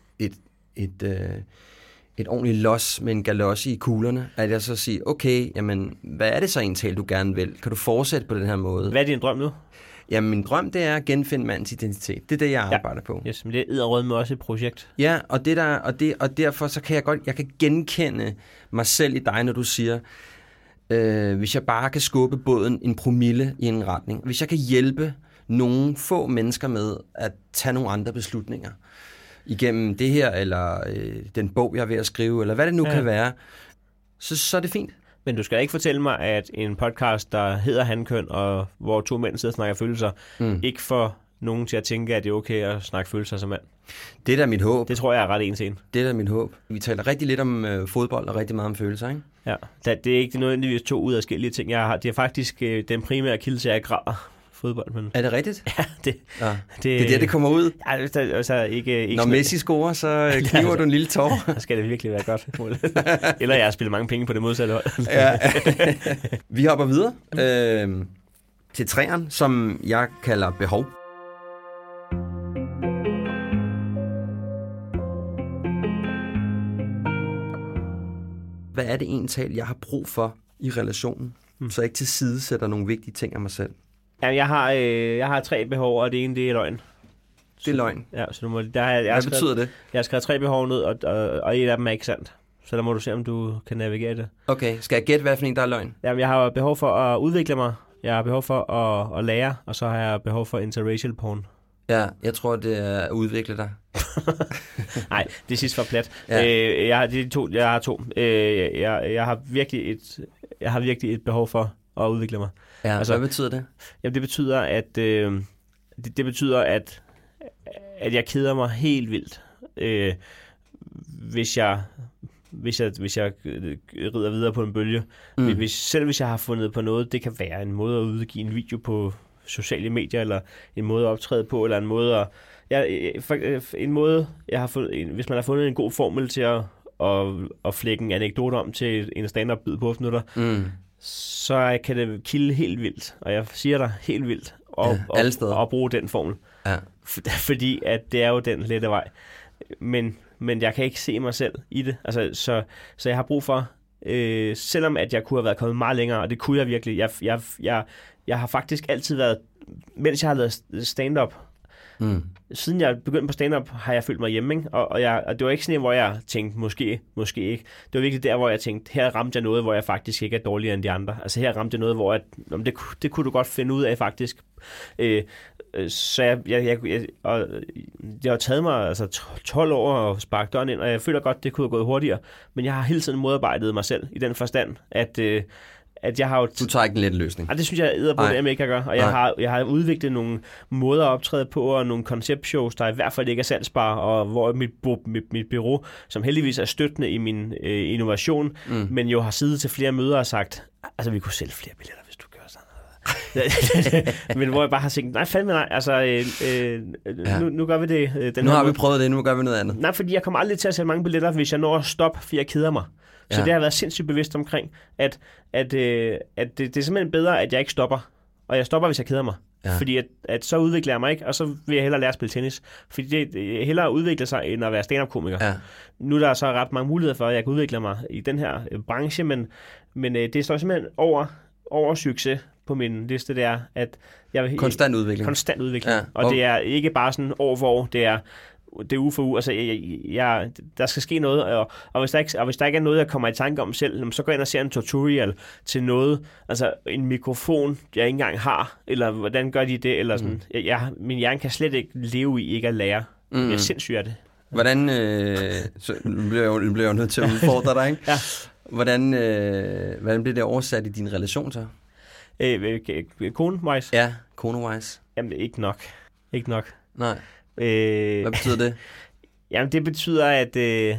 et ordentligt los med en galoche i kuglerne, at jeg så siger, okay, jamen, hvad er det så egentlig, du gerne vil? Kan du fortsætte på den her måde? Hvad er din drøm nu? Jamen, min drøm, det er at genfinde mandens identitet. Det er det, jeg arbejder på. Yes, men det er edderrød med også et projekt. Ja, og derfor så kan jeg kan genkende mig selv i dig, når du siger, hvis jeg bare kan skubbe båden en promille i en retning, hvis jeg kan hjælpe nogle få mennesker med at tage nogle andre beslutninger igennem det her, eller den bog, jeg er ved at skrive, eller hvad det nu kan være, så er det fint. Men du skal ikke fortælle mig, at en podcast, der hedder Hankøn, og hvor to mænd sidder og snakker følelser, ikke får nogen til at tænke, at det er okay at snakke følelser som mand. Det er da mit håb. Det tror jeg er ret en til en. Det er da mit håb. Vi taler rigtig lidt om fodbold og rigtig meget om følelser, ikke? Ja, det er ikke nødvendigvis to ud af forskellige ting. Det er faktisk den primære kilde til, at jeg græder fodbold. Men... Er det rigtigt? Ja, det er det kommer ud? Ja, altså ikke når Messi scorer, så kniver du en lille tår. Så skal det virkelig være godt. Eller jeg har spillet mange penge på det modsatte hold. Ja. Vi hopper videre til træeren, som jeg kalder behov. Hvad er det egentlig, jeg har brug for i relationen, så jeg ikke til side sætter nogle vigtige ting af mig selv? Ja, jeg har 3 behov, og det ene, det er løgn. Det er løgn? Ja, så du må... Hvad betyder det? Jeg har skrevet 3 behov ned, og et af dem er ikke sandt. Så der må du se, om du kan navigere det. Okay, skal jeg gætte, hvad for en, der er løgn? Jamen, jeg har behov for at udvikle mig, jeg har behov for at lære, og så har jeg behov for interracial porn. Ja, jeg tror, det er at udvikle dig. Nej, det sidste var plat. Ja. Jeg har to. Jeg har virkelig et behov for at udvikle mig. Ja, altså, hvad betyder det? Jamen, det betyder, at jeg keder mig helt vildt, hvis jeg rider videre på en bølge. Selv hvis jeg har fundet på noget, det kan være en måde at udgive en video på sociale medier, eller en måde at optræde på, eller en måde at... hvis man har fundet en god formel til at flække en anekdote om til en stand-up-bid på 8 minutter, så kan det kilde helt vildt, og jeg siger dig helt vildt, og bruge den formel. Ja. Fordi at det er jo den lette vej. Men jeg kan ikke se mig selv i det. Altså, så jeg har brug for, selvom at jeg kunne have været kommet meget længere, og det kunne jeg virkelig. Jeg har faktisk altid været, mens jeg har lavet stand-up, siden jeg begyndte på stand-up, har jeg følt mig hjemme, ikke? Og det var ikke sådan, hvor jeg tænkte, måske ikke. Det var virkelig der, hvor jeg tænkte, her ramte jeg noget, hvor jeg faktisk ikke er dårligere end de andre. Altså her ramte jeg noget, hvor det kunne du godt finde ud af, faktisk. Så det har taget mig altså 12 år at sparke døren ind, og jeg føler godt, det kunne have gået hurtigere. Men jeg har hele tiden modarbejdet mig selv i den forstand, at jeg har jo... Du tager ikke en let løsning. Det synes jeg på det, jeg ikke gør. Og jeg har udviklet nogle måder at optræde på, og nogle konceptshows, der i hvert fald ikke er salgsbare, og hvor mit bureau, som heldigvis er støttende i min innovation, men jo har siddet til flere møder og sagt, altså vi kunne sælge flere billetter, hvis du gør sådan noget. Men hvor jeg bare har sagt, nej fandme nej, altså nu gør vi det. Nu har vi prøvet det, nu gør vi noget andet. Nej, fordi jeg kommer aldrig til at sælge mange billetter, hvis jeg når at stoppe, fordi jeg keder mig. Så det har jeg været sindssygt bevidst omkring, at det er simpelthen bedre, at jeg ikke stopper. Og jeg stopper, hvis jeg keder mig. Fordi at så udvikler jeg mig ikke, og så vil jeg hellere lære at spille tennis. Fordi det hellere udvikle sig, end at være stand-up-komiker. Ja. Nu er der så ret mange muligheder for, at jeg kan udvikle mig i den her branche, men det står simpelthen over succes på min liste, det er, at jeg vil... Konstant udvikling. Ja. Og det er ikke bare sådan år for år, det er uge for uge. Altså, der skal ske noget, og hvis der ikke er noget, jeg kommer i tanke om selv, så går jeg ind og ser en tutorial til noget, altså en mikrofon, jeg ikke engang har, eller hvordan gør de det, eller sådan. Min hjerne kan slet ikke leve i ikke at lære. Jeg er sindssygt af det. Hvordan, nu bliver jeg jo nødt til at udfordre dig, ikke? Ja. Hvordan bliver det oversat i din relation så? Kone-wise? Ja, kone-wise. Jamen, ikke nok. Nej. Hvad betyder det? Jamen, det betyder, at... det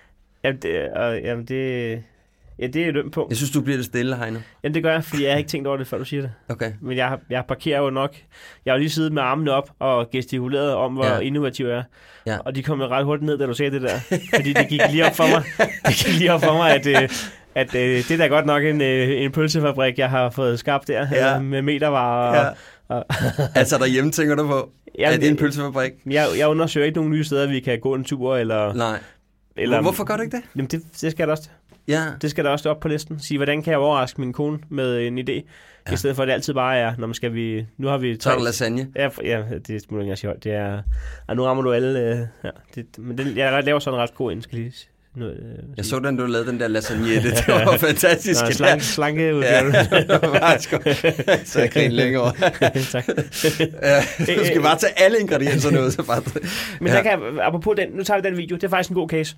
er et ømt punkt. Jeg synes, du bliver det stille, Heino. Jamen, det gør jeg, fordi jeg har ikke tænkt over det, før du siger det. Okay. Men jeg parkerer jo nok. Jeg har jo lige siddet med armene op og gestikuleret om, hvor innovativ jeg er. Ja. Og de kom jo ret hurtigt ned, da du sagde det der. Fordi det gik lige op for mig. At det er da godt nok en pølsefabrik, jeg har fået skabt der, med metervarer. Altså derhjemme tænker du på, er det en pølsefabrik? Jeg undersøger ikke nogen nye steder, vi kan gå en tur, eller... Nej. Eller, hvorfor gør du ikke det? Jamen, det skal da også. Ja. Det skal da også op på listen. Sige, hvordan kan jeg overraske min kone med en idé? Ja. I stedet for, at det altid bare er, nu har vi... Så er der lasagne. Ja, det er smuligt ikke sige. Det er... nu rammer du alle... men jeg laver sådan en ret god indskelig. Jeg så den, du lavede den der lasagne. Det var fantastisk. Slanke udgave. Så jeg griner længere. Tak. Du skal bare tage alle ingredienserne ud. Så bare... Men der kan, apropos den, nu tager vi den video. Det er faktisk en god case.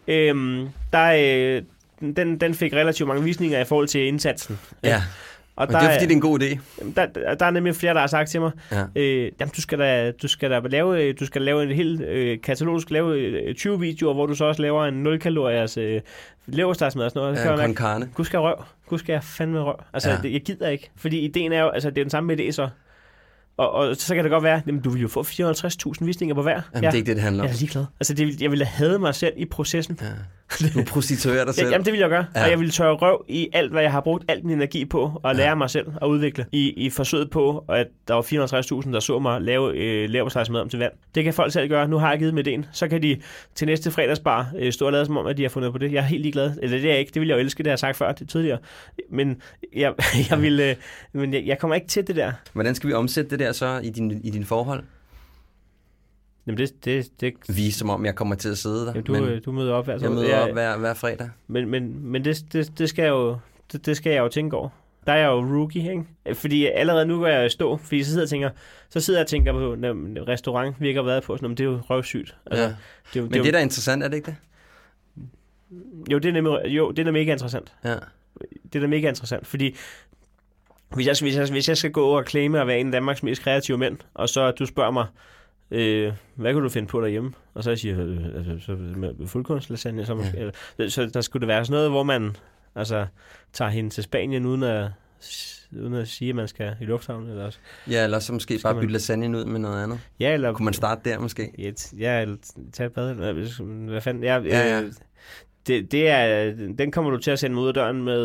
Ja. Den fik relativt mange visninger i forhold til indsatsen. Ja. Og det er fordi, det er en god idé. Der er nemlig flere, der har sagt til mig, jamen, du skal lave en hel katalog, du skal lave 20 videoer, hvor du så også laver en 0-kaloriers leverstegsmad og sådan noget. Con carne. Gud skal jeg fandme røv. Altså, jeg gider ikke. Fordi ideen er jo, altså, det er den samme idé så. Og så kan det godt være, at du vil jo få 450.000 visninger på hver. Jamen, det er ikke det handler om. Jeg er ligeglad. Altså, jeg ville have mig selv i processen. Ja. Du prostituerer dig selv. Jamen, det vil jeg gøre. Ja. Og jeg vil tørre røv i alt, hvad jeg har brugt al min energi på at lære mig selv at udvikle. I forsøget på, at der var 450.000, der så mig lave leverpostejsmad om til vand. Det kan folk selv gøre. Nu har jeg givet med idéen. Så kan de til næste fredagsbar stå og lade som om, at de har fundet på det. Jeg er helt ligeglad. Eller det er jeg ikke. Det vil jeg jo elske, det har jeg sagt før tidligere. Men jeg kommer ikke til det der. Hvordan skal vi omsætte det der så i din forhold? Jamen det vise som om jeg kommer til at sidde der. Jamen, du møder op hver Jeg møder op hver fredag. Men det skal jeg jo tænke over. Der er jeg jo rookie, ikke? Fordi allerede nu går jeg i stå, fordi så sidder jeg og tænker på, når restaurant vi ikke har været på, sådan, det er jo røvsygt. Altså, men det er da interessant, er det ikke det? Jo, det er da mega interessant. Ja. Det er da mega interessant, fordi hvis jeg skal gå og claime at være en af Danmarks mest kreative mænd, og så du spørger mig, hvad kan du finde på derhjemme? Og så siger jeg, fuldkornslasagne. Så der skulle det være sådan noget, hvor man tager hende til Spanien, uden at sige, at man skal i lufthavnen. Eller også. Ja, eller så måske bare bytte lasagnen ud med noget andet. Ja, eller... Kunne man starte der måske? Ja, eller tage et bad. Hvad fanden? Ja. Det er, den kommer du til at sende mig ud af døren med,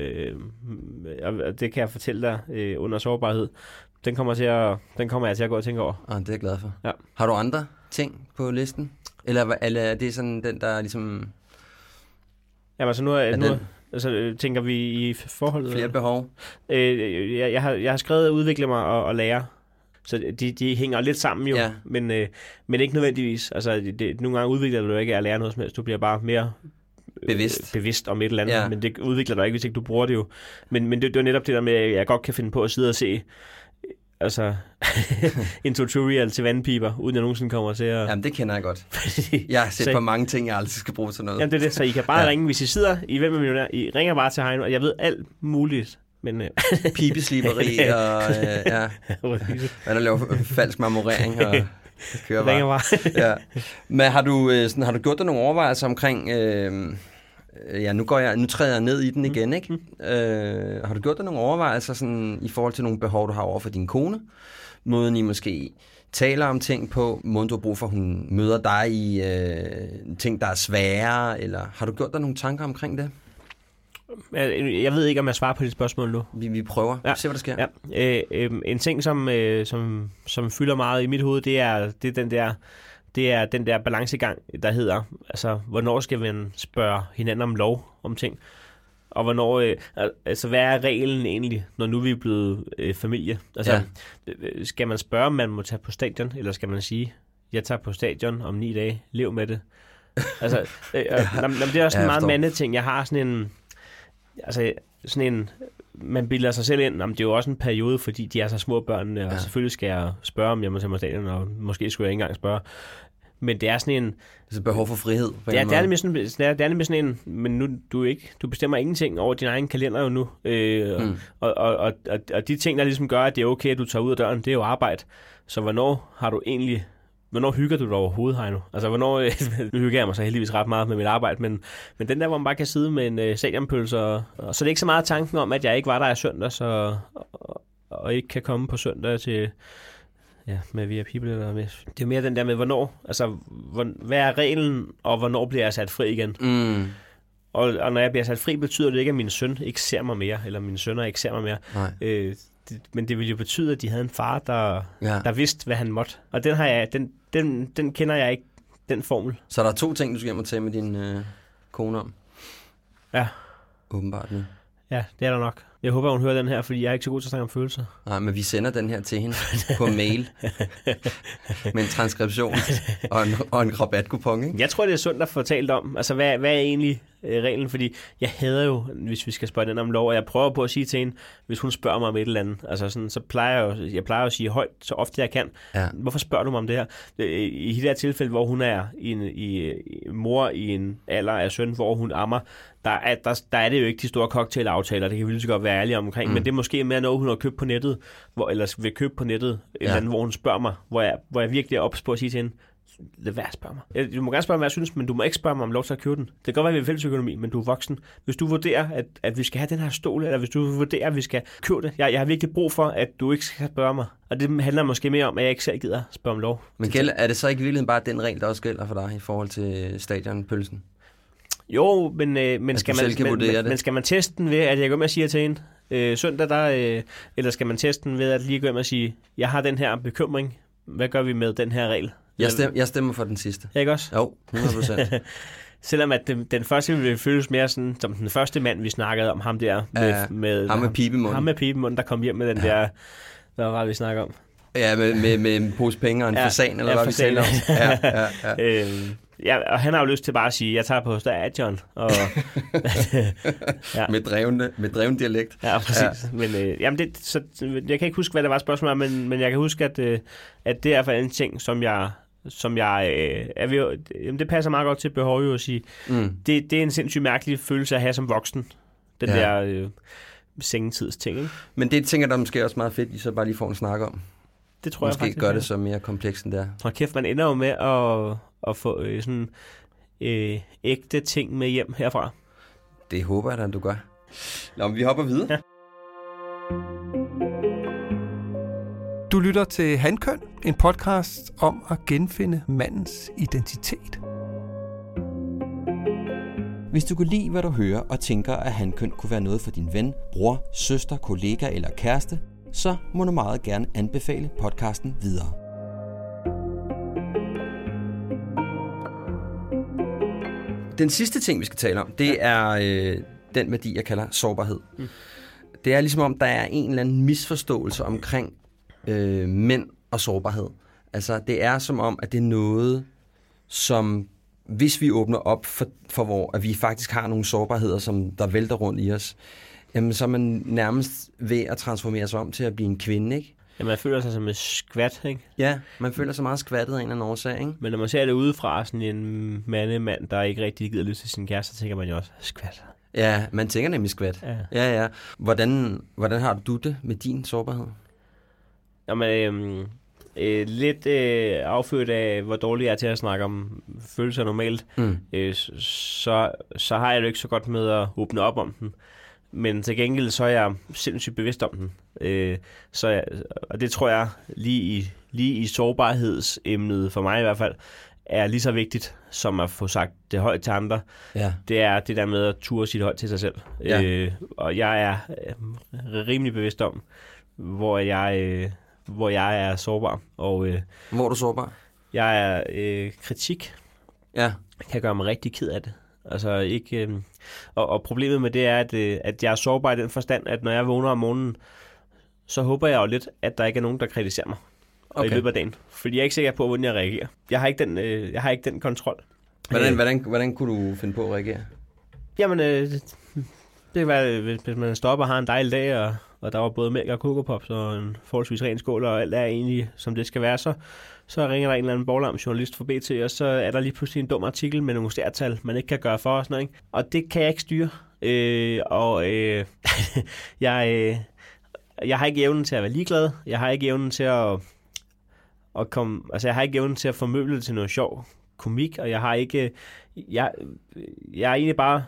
og det kan jeg fortælle dig under sårbarhed. Den kommer jeg til at gå og tænke over. Det er jeg glad for. Ja. Har du andre ting på listen? Eller er det sådan den, der ligesom... Jamen altså nu tænker vi i forholdet... Flere behov? Jeg har skrevet at udvikle mig og lære. Så de hænger lidt sammen jo, men ikke nødvendigvis. Altså nogle gange udvikler du ikke at lære noget som helst. Du bliver bare mere... bevidst om et eller andet, men det udvikler dig ikke, hvis ikke du bruger det jo. Men det er netop det der med, at jeg godt kan finde på at sidde og se en tutorial til vandpiber, uden jeg nogensinde kommer til at... Jamen, det kender jeg godt. Jeg har set på mange ting, jeg aldrig skal bruge til noget. Jamen, det er det, så I kan bare ringe, hvis I sidder i Hvem er millionær. I ringer bare til Heino, og jeg ved alt muligt. Men pibesliberi og hvad der laver falsk marmorering og kører bare. Men har du gjort dig nogle overvejelser omkring nu træder jeg ned i den igen, ikke? Har du gjort dig nogle overvejelser sådan, i forhold til nogle behov, du har over for din kone? Måden I måske taler om ting på, måden du har brug for, hun møder dig i ting, der er svære, eller har du gjort dig nogle tanker omkring det? Jeg ved ikke, om jeg svarer på dit spørgsmål nu. Vi prøver. Ja. Se, hvad der sker. Ja. En ting, som fylder meget i mit hoved, det er den der balancegang, der hedder, altså, hvornår skal man spørge hinanden om lov om ting? Og hvornår, altså, hvad er reglen egentlig, når nu vi er blevet familie? Altså, skal man spørge, om man må tage på stadion, eller skal man sige, jeg tager på stadion om 9 dage, lev med det? Altså, det er også en meget mandet ting. Jeg har sådan en, man bilder sig selv ind, det er jo også en periode, fordi de er så små børnene, og selvfølgelig skal jeg spørge, om jeg må tage på stadion, og måske skulle jeg ikke engang spørge. Men det er sådan en... Det er behov for frihed. Det er nemlig sådan en... Men nu, du bestemmer ingenting over din egen kalender jo nu. Og de ting, der ligesom gør, at det er okay, at du tager ud af døren, det er jo arbejde. Så hvornår hygger du dig overhovedet, Heino? Altså, nu hygger jeg mig så heldigvis ret meget med mit arbejde, men den der, hvor man bare kan sidde med en stadionpølse, og så er det ikke så meget tanken om, at jeg ikke var der i søndag, og ikke kan komme på søndag til... Ja, med via people eller med. Det er mere den der med, hvornår, altså, hvad er reglen, og hvornår bliver jeg sat fri igen? Og når jeg bliver sat fri, betyder det ikke, at min søn ikke ser mig mere, eller mine sønner ikke ser mig mere. Men det ville jo betyde, at de havde en far, der vidste, hvad han måtte. Og den kender jeg ikke, den formel. Så der er 2 ting, du skal hjem og tage med din kone om? Ja. Åbenbart nu. Ja, det er der nok. Jeg håber, hun hører den her, fordi jeg er ikke så god til at snakke om følelser. Nej, men vi sender den her til hende på mail med en transkription og en rabatkupon, ikke? Jeg tror, det er sundt at få talt om. Altså, hvad er egentlig reglen? Fordi jeg hader jo, hvis vi skal spørge den om lov, og jeg prøver på at sige til hende, hvis hun spørger mig om et eller andet, altså sådan, så plejer jeg at sige højt, så ofte jeg kan. Ja. Hvorfor spørger du mig om det her? I det her tilfælde, hvor hun er mor i en alder af søn, hvor hun ammer, der er det jo ikke de store cocktailaftaler, det kan vi lige så godt være ærlige omkring, men det er måske mere noget, hun har købt på nettet, eller vil købe på nettet, eller andet, hvor hun spørger mig, hvor jeg virkelig er ops på at sige til hende, lad være at spørge mig. Du må gerne spørge mig, hvad jeg synes, men du må ikke spørge mig om lov til at købe den. Det kan godt være, at vi er fælles økonomi, men du er voksen. Hvis du vurderer, at vi skal have den her stol, eller hvis du vurderer, at vi skal købe det, jeg har virkelig brug for, at du ikke skal spørge mig. Og det handler måske mere om, at jeg ikke selv gider spørge om lov. Men er det så ikke i virkeligheden bare den regel, der også gælder for dig i forhold til stadionpølsen? Jo, men skal man teste den ved, at jeg går med at sige til hende, søndag eller skal man teste den ved, at lige gå med at sige, jeg har den her bekymring, hvad gør vi med den her regel? Jeg stemmer for den sidste. Ikke også? Jo, 100%. Selvom at den første ville føles mere sådan, som den første mand, vi snakkede om, ham der med ham med pibemunden. Ham med pibemunden, der kom hjem med den der, hvad var det, vi snakker om? Ja, med en pose penge og en fasan, eller hvad vi taler om. Ja, og han har jo lyst til bare at sige, jeg tager på stadion. Og med dreven dialekt. Ja, præcis. Ja. Men jeg kan ikke huske, hvad det var spørgsmålet, men jeg kan huske, at det er i hvert fald en ting, som det passer meget godt til behov jo at sige. Det er en sindssygt mærkelig følelse at have som voksen. Den der sengetidsting, ikke? Men det tænker der måske også meget fedt, I så bare lige får en snak om. Det tror jeg faktisk. Måske gør det så mere komplekst end det er. Hold kæft, man ender jo med at få sådan ægte ting med hjem herfra. Det håber jeg da, du gør. Nå, men vi hopper videre. Ja. Du lytter til Hankøn, en podcast om at genfinde mandens identitet. Hvis du kunne lide, hvad du hører, og tænker, at hankøn kunne være noget for din ven, bror, søster, kollega eller kæreste, så må du meget gerne anbefale podcasten videre. Den sidste ting, vi skal tale om, det er den værdi, jeg kalder sårbarhed. Det er ligesom om, der er en eller anden misforståelse omkring mænd og sårbarhed. Altså, det er som om, at det er noget, som hvis vi åbner op for at vi faktisk har nogle sårbarheder, som der vælter rundt i os, jamen, så er man nærmest ved at transformere sig om til at blive en kvinde, ikke? Ja, man føler sig som et skvat, ikke? Ja, man føler sig meget skvattet af en eller anden årsag, ikke? Men når man ser det udefra, sådan en mandemand, der ikke rigtig gider lyst til sin kæreste, så tænker man jo også, skvat. Ja, man tænker nemlig skvat. Ja. Hvordan har du det med din sårbarhed? Jamen, lidt affødt af, hvor dårlig jeg er til at snakke om følelser normalt, så har jeg det ikke så godt med at åbne op om den. Men til gengæld så er jeg sindssygt bevidst om den. Og det tror jeg lige i sårbarhedsemnet, for mig i hvert fald, er lige så vigtigt, som at få sagt det højt til andre. Ja. Det er det der med at turde sige det højt til sig selv. Ja. Og jeg er rimelig bevidst om, hvor jeg er sårbar. Og, hvor er du sårbar? Jeg er kritik. Ja. Kan gøre mig rigtig ked af det. Altså ikke, og problemet med det er, at jeg er sårbar i den forstand, at når jeg vågner om morgenen, så håber jeg jo lidt, at der ikke er nogen, der kritiserer mig i løbet af dagen. Fordi jeg er ikke sikker på, hvordan jeg reagerer. Jeg har ikke den kontrol. Hvordan kunne du finde på at reagere? Jamen, det kan være, hvis man stopper og har en dejlig dag, og der var både mælk og Coco Pops og en forholdsvis ren skål, og alt er egentlig, som det skal være, så ringer der en eller anden borglarm journalist for BT, og så er der lige pludselig en dum artikel med nogle stærtal, man ikke kan gøre for og sådan noget, ikke? Og det kan jeg ikke styre. Jeg har ikke evnen til at være ligeglad. Jeg har ikke evnen til at komme... Altså, jeg har ikke evnen til at formøble det til noget sjov komik, og jeg har ikke... Jeg er egentlig bare...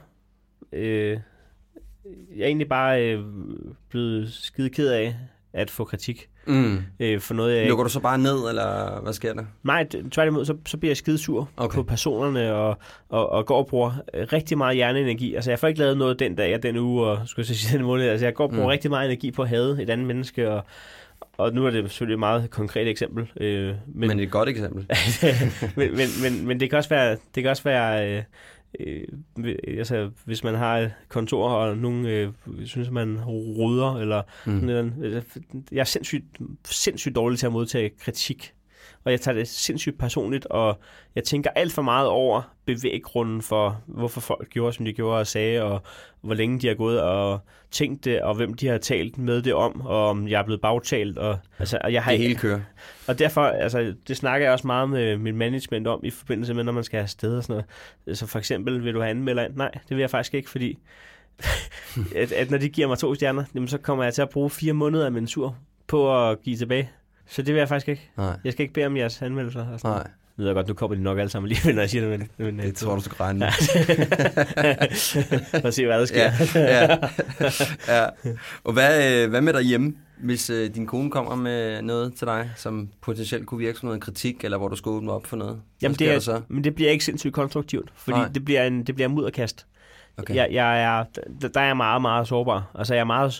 blevet skide ked af at få kritik. For noget, jeg lukker du så bare ned, eller hvad sker der? Nej, tværtimod, så bliver jeg skidesur på personerne, og går og bruger rigtig meget hjerneenergi. Altså, jeg får ikke lavet noget den dag og den uge, og skulle jeg sige den måned. Altså, jeg går og bruger rigtig meget energi på at hade et andet menneske, og nu er det selvfølgelig et meget konkret eksempel. Men det er et godt eksempel. men det kan også være altså, hvis man har et kontor, og nogen synes, man ruder, eller jeg er sindssygt dårlig til at modtage kritik. Og jeg tager det sindssygt personligt, og jeg tænker alt for meget over bevæggrunden for, hvorfor folk gjorde, som de gjorde og sagde, og hvor længe de har gået og tænkt det, og hvem de har talt med det om, og om jeg er blevet bagtalt. Og jeg har det hele kører. Og derfor, altså, det snakker jeg også meget med mit management om, i forbindelse med, når man skal have sted og sådan noget. Så for eksempel, vil du have anmelder ind? Nej, det vil jeg faktisk ikke, fordi at når de giver mig 2 stjerner, jamen, så kommer jeg til at bruge 4 måneder af min tur på at give tilbage. Så det vil jeg faktisk ikke. Nej. Jeg skal ikke bede om jeres anmeldelser. Og sådan. Nej. Nu ved jeg godt, nu kommer de nok alle sammen lige, når jeg siger det. Men det tror du skal regne med. Lad os se, hvad der sker. Ja. Og hvad med derhjemme, hvis din kone kommer med noget til dig, som potentielt kunne virke som noget kritik, eller hvor du skal åbne op for noget? Jamen men det bliver ikke sindssygt konstruktivt, fordi det bliver mudderkast. Okay. Der er jeg meget, meget sårbar. Altså, jeg er meget...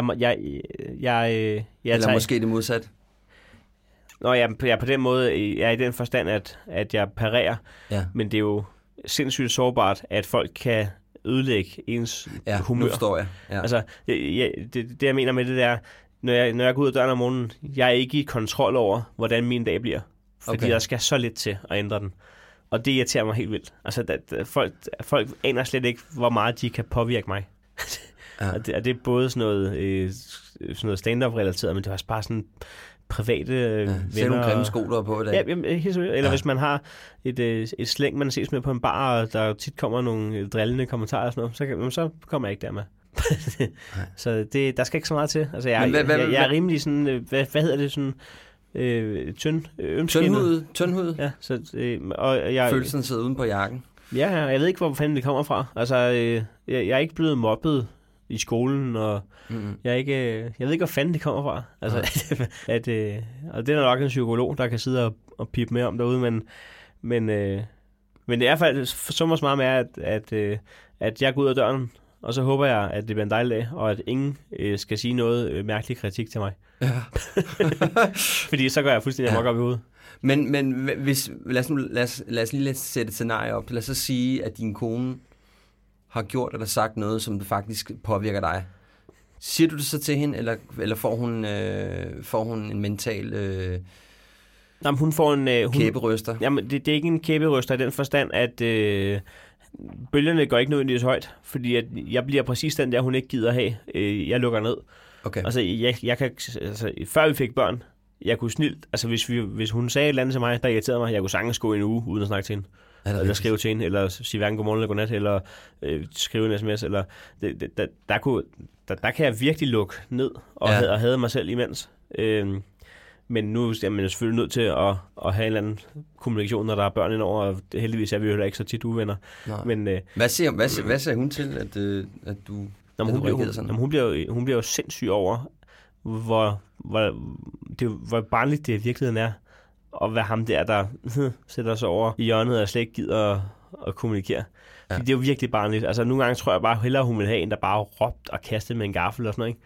Eller måske det modsat? Nå, jeg er på den måde, jeg er i den forstand, at jeg parerer, men det er jo sindssygt sårbart, at folk kan ødelægge ens humør. Nu forstår jeg. Ja. Altså, det jeg mener med det der, når jeg går ud af døren om morgenen, jeg er ikke i kontrol over, hvordan min dag bliver. Fordi der skal så lidt til at ændre den. Og det irriterer mig helt vildt. Altså, folk aner slet ikke, hvor meget de kan påvirke mig. Ja. og det er både sådan noget stand-up-relateret, men det er også bare sådan private venner. Ser nogle grimme sko, der på i dag. Ja, helt seriøst. Eller hvis man har et slæng, man ses med på en bar, og der tit kommer nogle drillende kommentarer og sådan noget, så kommer jeg ikke der med. Så der skal ikke så meget til. Altså, jeg er rimelig sådan, hvad hedder det, sådan... Tyndhud. Ja, så, følelsen sidder uden på jakken. Ja, jeg ved ikke, hvor fanden det kommer fra. Altså, jeg er ikke blevet mobbet i skolen, og jeg ved ikke, hvor fanden det kommer fra. Altså, og det er nok en psykolog, der kan sidde og pippe med om derude, men det er faktisk så meget med, at jeg går ud af døren, og så håber jeg, at det bliver en dejlig dag, og at ingen skal sige noget mærkelig kritik til mig. Ja. Fordi så går jeg fuldstændig amok op i hovedet. Men hvis, lad os lige sætte et scenarie op. Lad os så sige, at din kone har gjort eller sagt noget, som det faktisk påvirker dig. Siger du det så til hende, eller får hun en mental jamen, hun får en kæberyster? Jamen, det er ikke en kæberyster i den forstand, at bølgerne går ikke nødvendigvis højt, fordi at jeg bliver præcis den der, hun ikke gider have. Jeg lukker ned. Okay. Altså, jeg kan, før vi fik børn, jeg kunne snilt, altså hvis hun sagde et eller andet til mig, der irriterede mig, jeg kunne sagtens gå en uge uden at snakke til hende. Eller skrive til hende, eller sige hverken godmorgen eller godnat, eller skrive en sms, eller der kan jeg virkelig lukke ned og have mig selv imens. Men nu er man selvfølgelig nødt til at have en eller anden kommunikation, når der er børn indover, og heldigvis er vi jo ikke så tit uvenner. Men, hvad siger hun til, at du... Hun bliver jo sindssyg over, hvor barnligt det i virkeligheden er, at være ham der sætter sig over i hjørnet og slet ikke gider at kommunikere. Ja. Det er jo virkelig barnligt. Altså nogle gange tror jeg bare hellere, hun vil have en, der bare råbt og kastet med en gaffel og sådan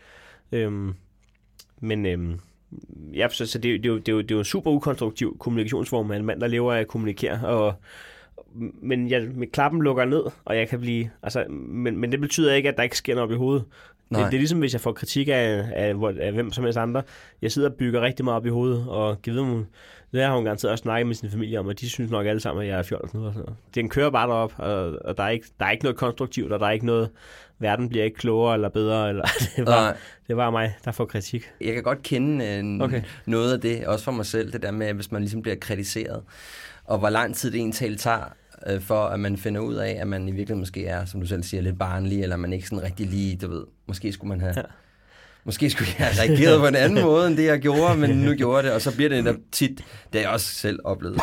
noget, ikke? Så det er jo en super ukonstruktiv kommunikationsform af en mand, der lever af at kommunikere, men klappen lukker ned, og jeg kan blive... Altså, men det betyder ikke, at der ikke sker noget op i hovedet. Det er ligesom, hvis jeg får kritik af hvem som helst andre. Jeg sidder og bygger rigtig meget op i hovedet, og giver dem... Det har hun garanteret også snakket med sin familie om, og de synes nok alle sammen, at jeg er fjollet nu. Den kører bare derop, og der er ikke noget konstruktivt, og der er ikke noget... Verden bliver ikke klogere eller bedre. Eller, det var mig, der får kritik. Jeg kan godt kende noget af det, også for mig selv, det der med, hvis man ligesom bliver kritiseret, og hvor lang tid det egentlig tager, for at man finder ud af, at man i virkeligheden måske er, som du selv siger, lidt barnlig, eller man ikke sådan rigtig lige, du ved, måske skulle jeg have reageret på en anden måde, end det jeg gjorde, men nu gjorde jeg det, og så bliver det tit, det har jeg også selv oplevet.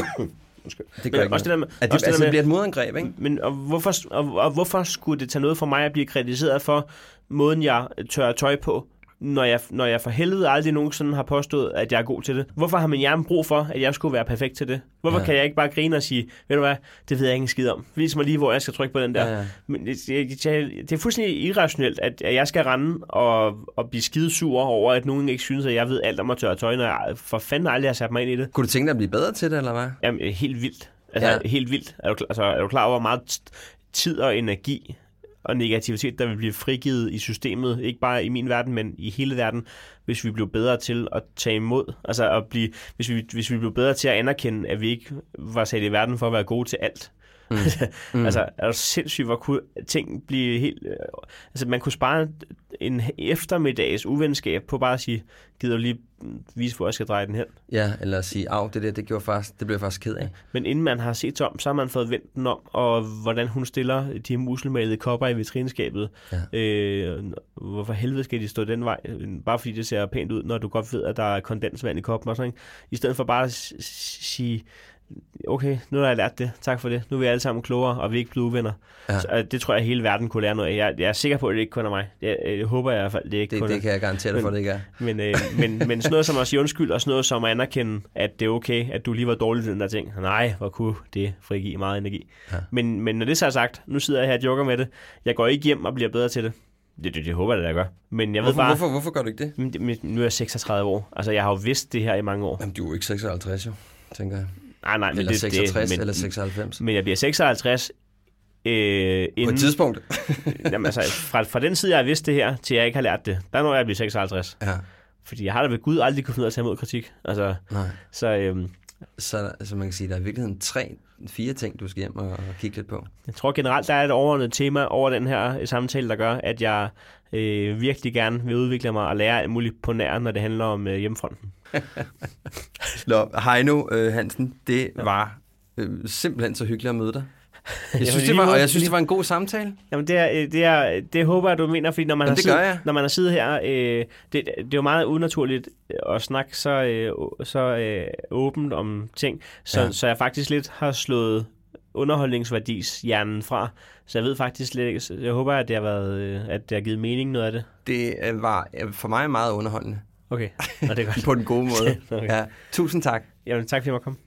Det gør ikke noget. Det bliver et modangreb, ikke? Men hvorfor skulle det tage noget for mig at blive kritiseret for måden, jeg tørrer tøj på, når jeg for helvede aldrig nogensinde har påstået, at jeg er god til det? Hvorfor har min hjerne brug for, at jeg skulle være perfekt til det? Hvorfor kan jeg ikke bare grine og sige, ved du hvad, det ved jeg ikke en skid om. Vis mig lige, hvor jeg skal trykke på den der. Ja. Men det er fuldstændig irrationelt, at jeg skal rende og blive skidesur over, at nogen ikke synes, at jeg ved alt om at tørre tøj, når jeg for fanden aldrig har sat mig ind i det. Kunne du tænke dig at blive bedre til det, eller hvad? Jamen, helt vildt. Helt vildt. Er du klar over, hvor meget tid og energi og negativitet, der vil blive frigivet i systemet, ikke bare i min verden, men i hele verden, hvis vi bliver bedre til at tage imod, altså hvis vi bliver bedre til at anerkende, at vi ikke var sat i verden for at være gode til alt. Altså, er det sindssygt, hvor kunne ting blive helt... Altså, man kunne spare en eftermiddags uvenskab på bare at sige, gider du lige vise, hvor jeg skal dreje den hen? Ja, eller at sige, det blev jeg faktisk ked af. Men inden man har set sig om, så har man fået vendt den om, og hvordan hun stiller de muskelmalede kopper i vitrineskabet. Ja. Hvorfor helvede skal de stå den vej? Bare fordi det ser pænt ud, når du godt ved, at der er kondensvand i koppen og sådan, ikke? I stedet for bare at sige... Okay, nu har jeg lært det. Tak for det. Nu er vi alle sammen klogere, og vi er ikke blevet uvenner. Ja. Så, det tror jeg, hele verden kunne lære noget af. Jeg er sikker på, at det ikke kun er mig. Jeg håber i hvert fald, det ikke kun er. Det kan jeg garantere dig for, det ikke er. Men sådan noget som at sige undskyld, og sådan noget som at anerkende, at det er okay, at du lige var dårlig til den der ting. Nej, hvor kunne det frigive meget energi. Ja. Men når det så er sagt, nu sidder jeg her og joker med det. Jeg går ikke hjem og bliver bedre til det. Det håber jeg, at jeg gør. Men jeg ved bare... Hvorfor gør du ikke det? Nu er jeg 36 år. Altså, jeg har jo vidst det her i mange år. Jamen, du er jo ikke 56, jo, tænker jeg. Nej, eller 66 eller 96. Men jeg bliver 56 på et tidspunkt. Jamen, altså, fra den side, jeg har vidst det her, til jeg ikke har lært det, der når jeg bliver 56. Ja. Fordi jeg har da ved Gud aldrig kunne finde ud af at tage imod kritik. Altså, nej. Så man kan sige, der er i virkeligheden 3-4 ting, du skal hjem og kigge lidt på. Jeg tror generelt, der er et overordnet tema over den her samtale, der gør, at jeg virkelig gerne vil udvikle mig og lære alt muligt på nær, når det handler om hjemmefronten. Heino Hansen, det var simpelthen så hyggeligt at møde dig. Jeg synes, det var en god samtale. Jamen, det håber jeg, du mener, fordi når man har siddet her, det er jo meget unaturligt at snakke så åbent om ting, så jeg faktisk lidt har slået underholdningsværdishjernen fra, så jeg ved faktisk lidt, jeg håber, at det har givet mening noget af det. Det var for mig meget underholdende. Okay, og det er godt. På den gode måde. Okay. Ja. Tusind tak. Jamen, tak fordi jeg måtte komme.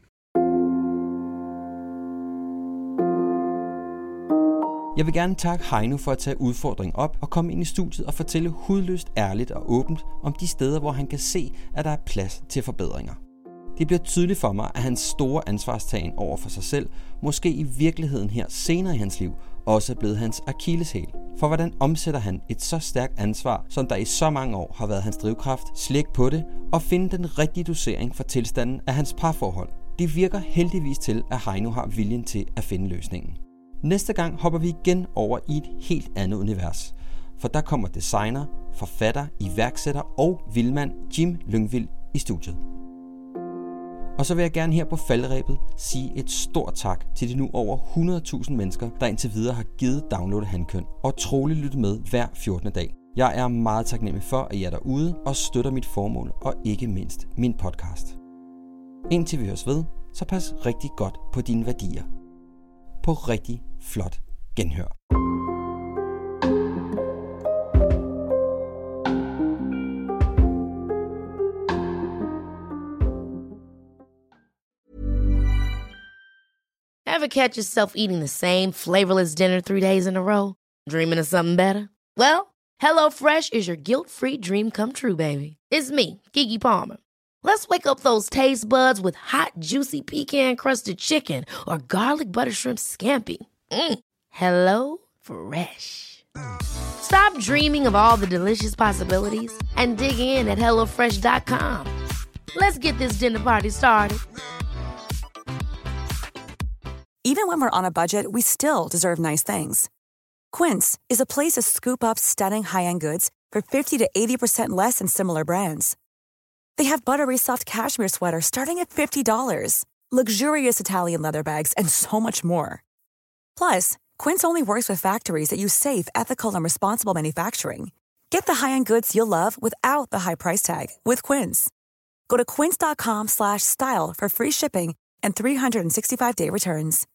Jeg vil gerne takke Heino for at tage udfordringen op og komme ind i studiet og fortælle hudløst, ærligt og åbent om de steder, hvor han kan se, at der er plads til forbedringer. Det bliver tydeligt for mig, at hans store ansvarstagen over for sig selv, måske i virkeligheden her senere i hans liv, også er blevet hans akilleshæl. For hvordan omsætter han et så stærkt ansvar, som der i så mange år har været hans drivkraft, slække på det og finde den rigtige dosering for tilstanden af hans parforhold? Det virker heldigvis til, at Heino har viljen til at finde løsningen. Næste gang hopper vi igen over i et helt andet univers. For der kommer designer, forfatter, iværksætter og vildmand Jim Lyngvild i studiet. Og så vil jeg gerne her på falderebet sige et stort tak til de nu over 100.000 mennesker, der indtil videre har givet Download Hankøn og troligt lyttet med hver 14. dag. Jeg er meget taknemmelig for, at I er derude og støtter mit formål og ikke mindst min podcast. Indtil vi høres ved, så pas rigtig godt på dine værdier. På rigtig flot genhør. Ever catch yourself eating the same flavorless dinner 3 days in a row? Dreaming of something better? Well, HelloFresh is your guilt-free dream come true, baby. It's me, Keke Palmer. Let's wake up those taste buds with hot, juicy pecan-crusted chicken or garlic butter shrimp scampi. Hello Fresh. Stop dreaming of all the delicious possibilities and dig in at HelloFresh.com. Let's get this dinner party started. Even when we're on a budget, we still deserve nice things. Quince is a place to scoop up stunning high-end goods for 50 to 80% less than similar brands. They have buttery soft cashmere sweaters starting at $50, luxurious Italian leather bags, and so much more. Plus, Quince only works with factories that use safe, ethical, and responsible manufacturing. Get the high-end goods you'll love without the high price tag with Quince. Go to quince.com/style for free shipping and 365-day returns.